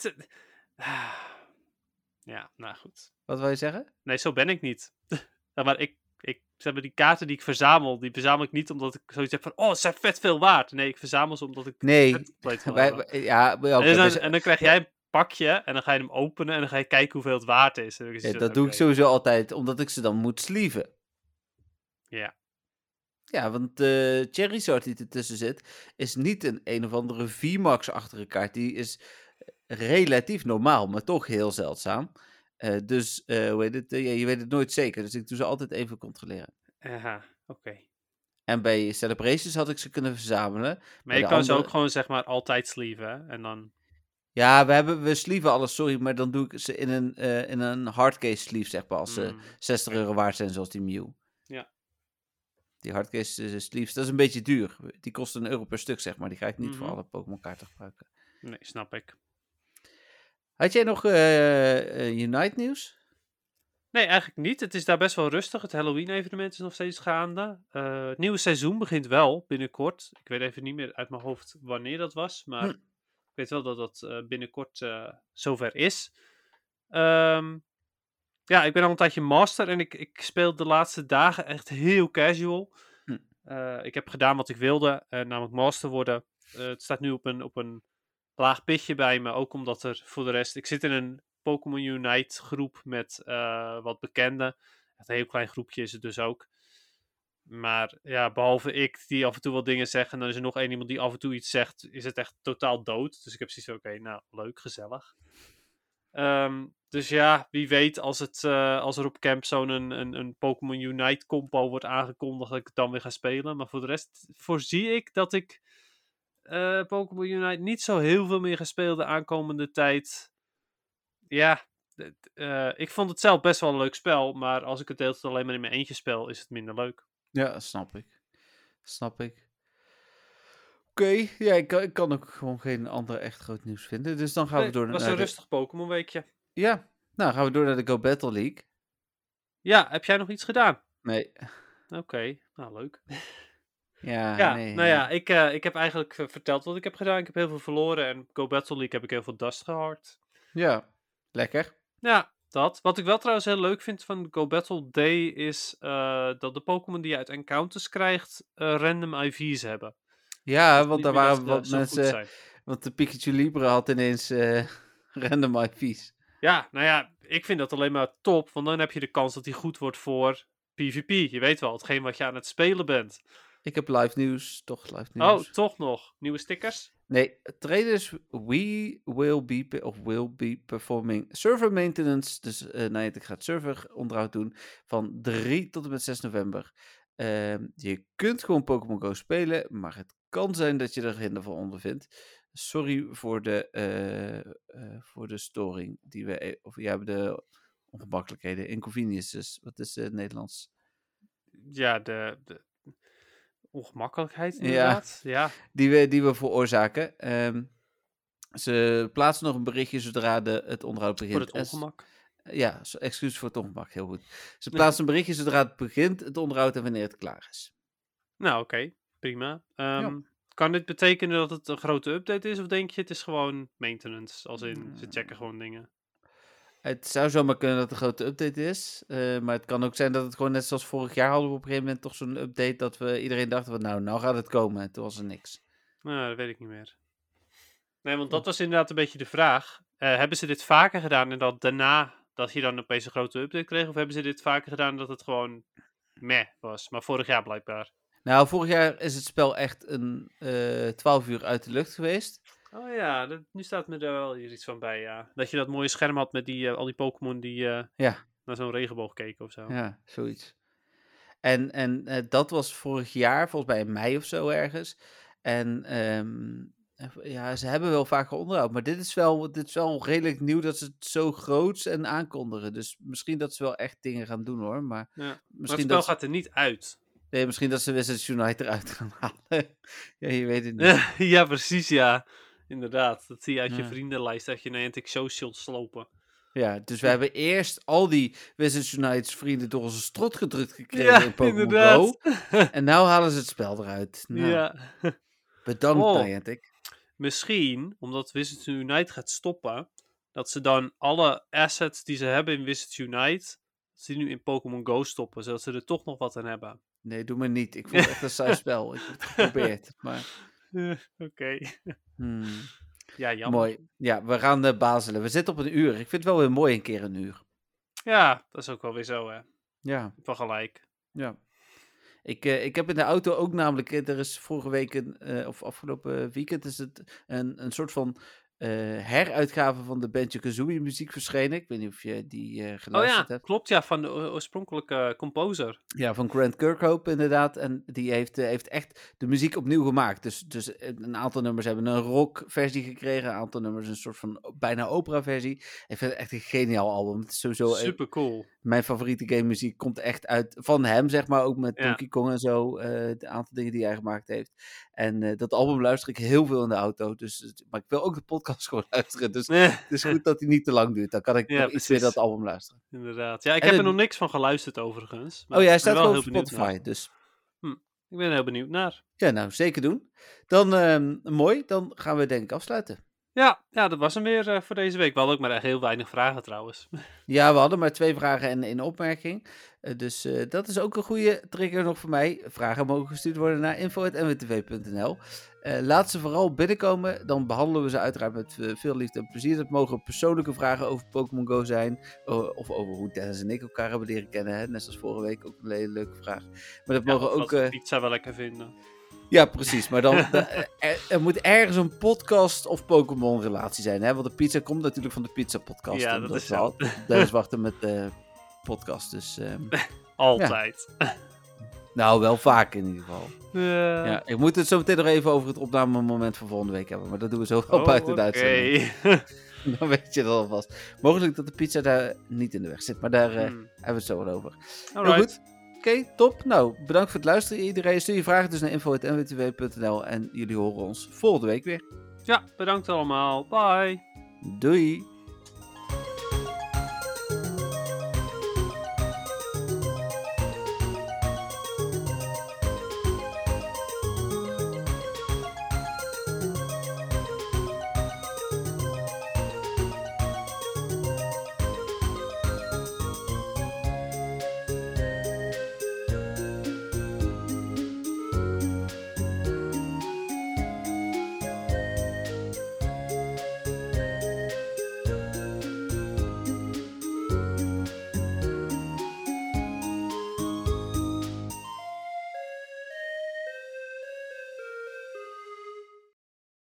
ja, nou goed. Wat wil je zeggen? Nee, zo ben ik niet. Maar zeg maar, die kaarten die ik verzamel, die verzamel ik niet omdat ik zoiets heb van, oh, ze zijn vet veel waard. Nee, ik verzamel ze omdat ik en dan krijg jij een pakje en dan ga je hem openen en dan ga je kijken hoeveel het waard is. Dat doe ik sowieso altijd, omdat ik ze dan moet slieven. Ja. Ja, want Charizard die ertussen zit, is niet een of andere VMAX-achtige kaart. Die is relatief normaal, maar toch heel zeldzaam. Dus hoe heet het? Je weet het nooit zeker. Dus ik doe ze altijd even controleren. Aha, oké. En bij Celebrations had ik ze kunnen verzamelen. Maar je kan ze ook gewoon zeg maar altijd sleeven, hè? En dan... Ja, we sleeven alles, sorry, maar dan doe ik ze in een hardcase sleeve, zeg maar, als ze €60 waard zijn, zoals die Mew. Ja. Die hardcase sleeves, dat is een beetje duur. Die kosten €1 per stuk, zeg maar. Die ga ik niet voor alle Pokémon kaarten gebruiken. Nee, snap ik. Had jij nog Unite nieuws? Nee, eigenlijk niet. Het is daar best wel rustig. Het Halloween-evenement is nog steeds gaande. Het nieuwe seizoen begint wel binnenkort. Ik weet even niet meer uit mijn hoofd wanneer dat was. Maar ik weet wel dat dat binnenkort zover is. Ja, ik ben al een tijdje master en ik speel de laatste dagen echt heel casual. Ik heb gedaan wat ik wilde, namelijk master worden. Het staat nu op een laag pitje bij me, ook omdat er voor de rest... Ik zit in een Pokémon Unite groep met wat bekenden. Een heel klein groepje is het dus ook. Maar ja, behalve ik die af en toe wat dingen zegt en dan is er nog één iemand die af en toe iets zegt, is het echt totaal dood. Dus ik heb zoiets van, oké, nou, leuk, gezellig. Dus ja, wie weet als er op Camp Zone een Pokémon Unite compo wordt aangekondigd, dat ik het dan weer ga spelen. Maar voor de rest voorzie ik dat ik Pokémon Unite niet zo heel veel meer ga spelen de aankomende tijd. Ja, ik vond het zelf best wel een leuk spel, maar als ik het de hele tijd alleen maar in mijn eentje speel, is het minder leuk. Ja, snap ik. Oké, ja, ik kan ook gewoon geen andere echt groot nieuws vinden. Dus dan gaan we door naar... Het was een rustig Pokémon weekje. Ja, nou gaan we door naar de Go Battle League. Ja, heb jij nog iets gedaan? Nee. Oké, nou leuk. Nee. Nou ja, ik heb eigenlijk verteld wat ik heb gedaan. Ik heb heel veel verloren en Go Battle League heb ik heel veel dust gehard. Ja, lekker. Ja, dat. Wat ik wel trouwens heel leuk vind van Go Battle Day is dat de Pokémon die je uit encounters krijgt random IV's hebben. Ja, dus want daar waren wat mensen... Want de Pikachu Libre had ineens random IV's. Ja, nou ja, ik vind dat alleen maar top, want dan heb je de kans dat hij goed wordt voor PvP. Je weet wel, hetgeen wat je aan het spelen bent. Ik heb live nieuws, toch live nieuws. Oh, toch nog? Nieuwe stickers? Nee, traders will be performing server maintenance. Dus Niantic gaat server onderhoud doen van 3 tot en met 6 november. Je kunt gewoon Pokémon Go spelen, maar het kan zijn dat je er hinder van ondervindt. Sorry voor de storing die we... Of ja, de ongemakkelijkheden, inconveniences. Wat is het Nederlands? Ja, de ongemakkelijkheid inderdaad. Ja. Die we veroorzaken. Ze plaatsen nog een berichtje zodra het onderhoud begint. Voor het ongemak. Ja, excuus voor het ongemak, heel goed. Ze plaatsen een berichtje zodra het begint, het onderhoud en wanneer het klaar is. Nou, oké. Prima. Kan dit betekenen dat het een grote update is? Of denk je het is gewoon maintenance? Als in, ze checken gewoon dingen. Het zou zomaar kunnen dat het een grote update is. Maar het kan ook zijn dat het gewoon net zoals vorig jaar hadden we op een gegeven moment toch zo'n update dat iedereen dacht van nou gaat het komen. En toen was er niks. Nou, dat weet ik niet meer. Nee, want dat was inderdaad een beetje de vraag. Hebben ze dit vaker gedaan en dat daarna dat je dan opeens een grote update kreeg? Of hebben ze dit vaker gedaan dat het gewoon meh was? Maar vorig jaar blijkbaar. Nou, vorig jaar is het spel echt een 12 uur uit de lucht geweest. Oh ja, nu staat me er wel hier iets van bij, ja. Dat je dat mooie scherm had met al die Pokémon die naar zo'n regenboog keken of zo. Ja, zoiets. En dat was vorig jaar, volgens mij in mei of zo ergens. En ja, ze hebben wel vaker onderhoud. Maar dit is wel redelijk nieuw dat ze het zo groots en aankondigen. Dus misschien dat ze wel echt dingen gaan doen hoor. Maar, ja. misschien maar het spel gaat er niet uit. Nee, misschien dat ze Wizards Unite eruit gaan halen. Ja, je weet het niet. Ja, precies, ja. Inderdaad. Dat zie je uit je vriendenlijst, dat je Niantic Social slopen. Ja, dus we hebben eerst al die Wizards Unite's vrienden door onze strot gedrukt gekregen in Pokémon Go. En nou halen ze het spel eruit. Nou, ja. Bedankt, Niantic. Misschien, omdat Wizards Unite gaat stoppen, dat ze dan alle assets die ze hebben in Wizards Unite, dat ze nu in Pokémon Go stoppen, zodat ze er toch nog wat aan hebben. Nee, doe maar niet. Ik vond het echt een saai spel. Ik heb het geprobeerd, maar... Oké. Ja, jammer. Mooi. Ja, we gaan bazelen. We zitten op een uur. Ik vind het wel weer mooi een keer een uur. Ja, dat is ook wel weer zo, hè. Ja. Van gelijk. Ja. Ik heb in de auto ook namelijk... Er is vorige week, of afgelopen weekend, is het een soort van... heruitgave van de Banjo-Kazooie muziek verschenen. Ik weet niet of je die geluisterd hebt. Klopt, ja, van de oorspronkelijke composer. Ja, van Grant Kirkhope inderdaad. En die heeft echt de muziek opnieuw gemaakt. Dus een aantal nummers hebben een rockversie gekregen. Een aantal nummers een soort van bijna opera-versie. Ik vind het echt een geniaal album. Het is sowieso super cool. Mijn favoriete game muziek komt echt uit van hem, zeg maar. Ook met Donkey Kong en zo. De aantal dingen die hij gemaakt heeft. En dat album luister ik heel veel in de auto. Maar ik wil ook de podcast gewoon luisteren. Dus het is goed dat hij niet te lang duurt. Dan kan ik nog iets meer dat album luisteren. Inderdaad. Ja, ik heb er nog niks van geluisterd overigens. Maar hij staat gewoon op Spotify. Dus. Ik ben er heel benieuwd naar. Ja, nou, zeker doen. Dan, mooi. Dan gaan we denk ik afsluiten. Ja, dat was hem weer voor deze week. We hadden ook maar echt heel weinig vragen trouwens. Ja, we hadden maar 2 vragen en 1 opmerking. Dus dat is ook een goede trigger nog voor mij. Vragen mogen gestuurd worden naar info@nwtv.nl. Laat ze vooral binnenkomen. Dan behandelen we ze uiteraard met veel liefde en plezier. Dat mogen persoonlijke vragen over Pokémon Go zijn. Of over hoe Dennis en ik elkaar hebben leren kennen. Hè? Net zoals vorige week ook een hele leuke vraag. Maar dat mogen ook... Wat pizza wel lekker vinden. Ja, precies. Maar dan er moet ergens een podcast of Pokémon relatie zijn. Hè? Want de pizza komt natuurlijk van de pizza podcast. Ja, dat is zo. Dennis wachten met de podcast. Dus, altijd. Ja. Nou, wel vaak in ieder geval. Ja, ik moet het zo meteen nog even over het opnamemoment van volgende week hebben. Maar dat doen we zo wel buiten de uitzending. Dan weet je dat alvast. Mogelijk dat de pizza daar niet in de weg zit. Maar daar hebben we het zo wel over. Heel goed. Oké, top. Nou, bedankt voor het luisteren iedereen. Stuur je vragen dus naar info@nwtv.nl en jullie horen ons volgende week weer. Ja, bedankt allemaal. Bye. Doei.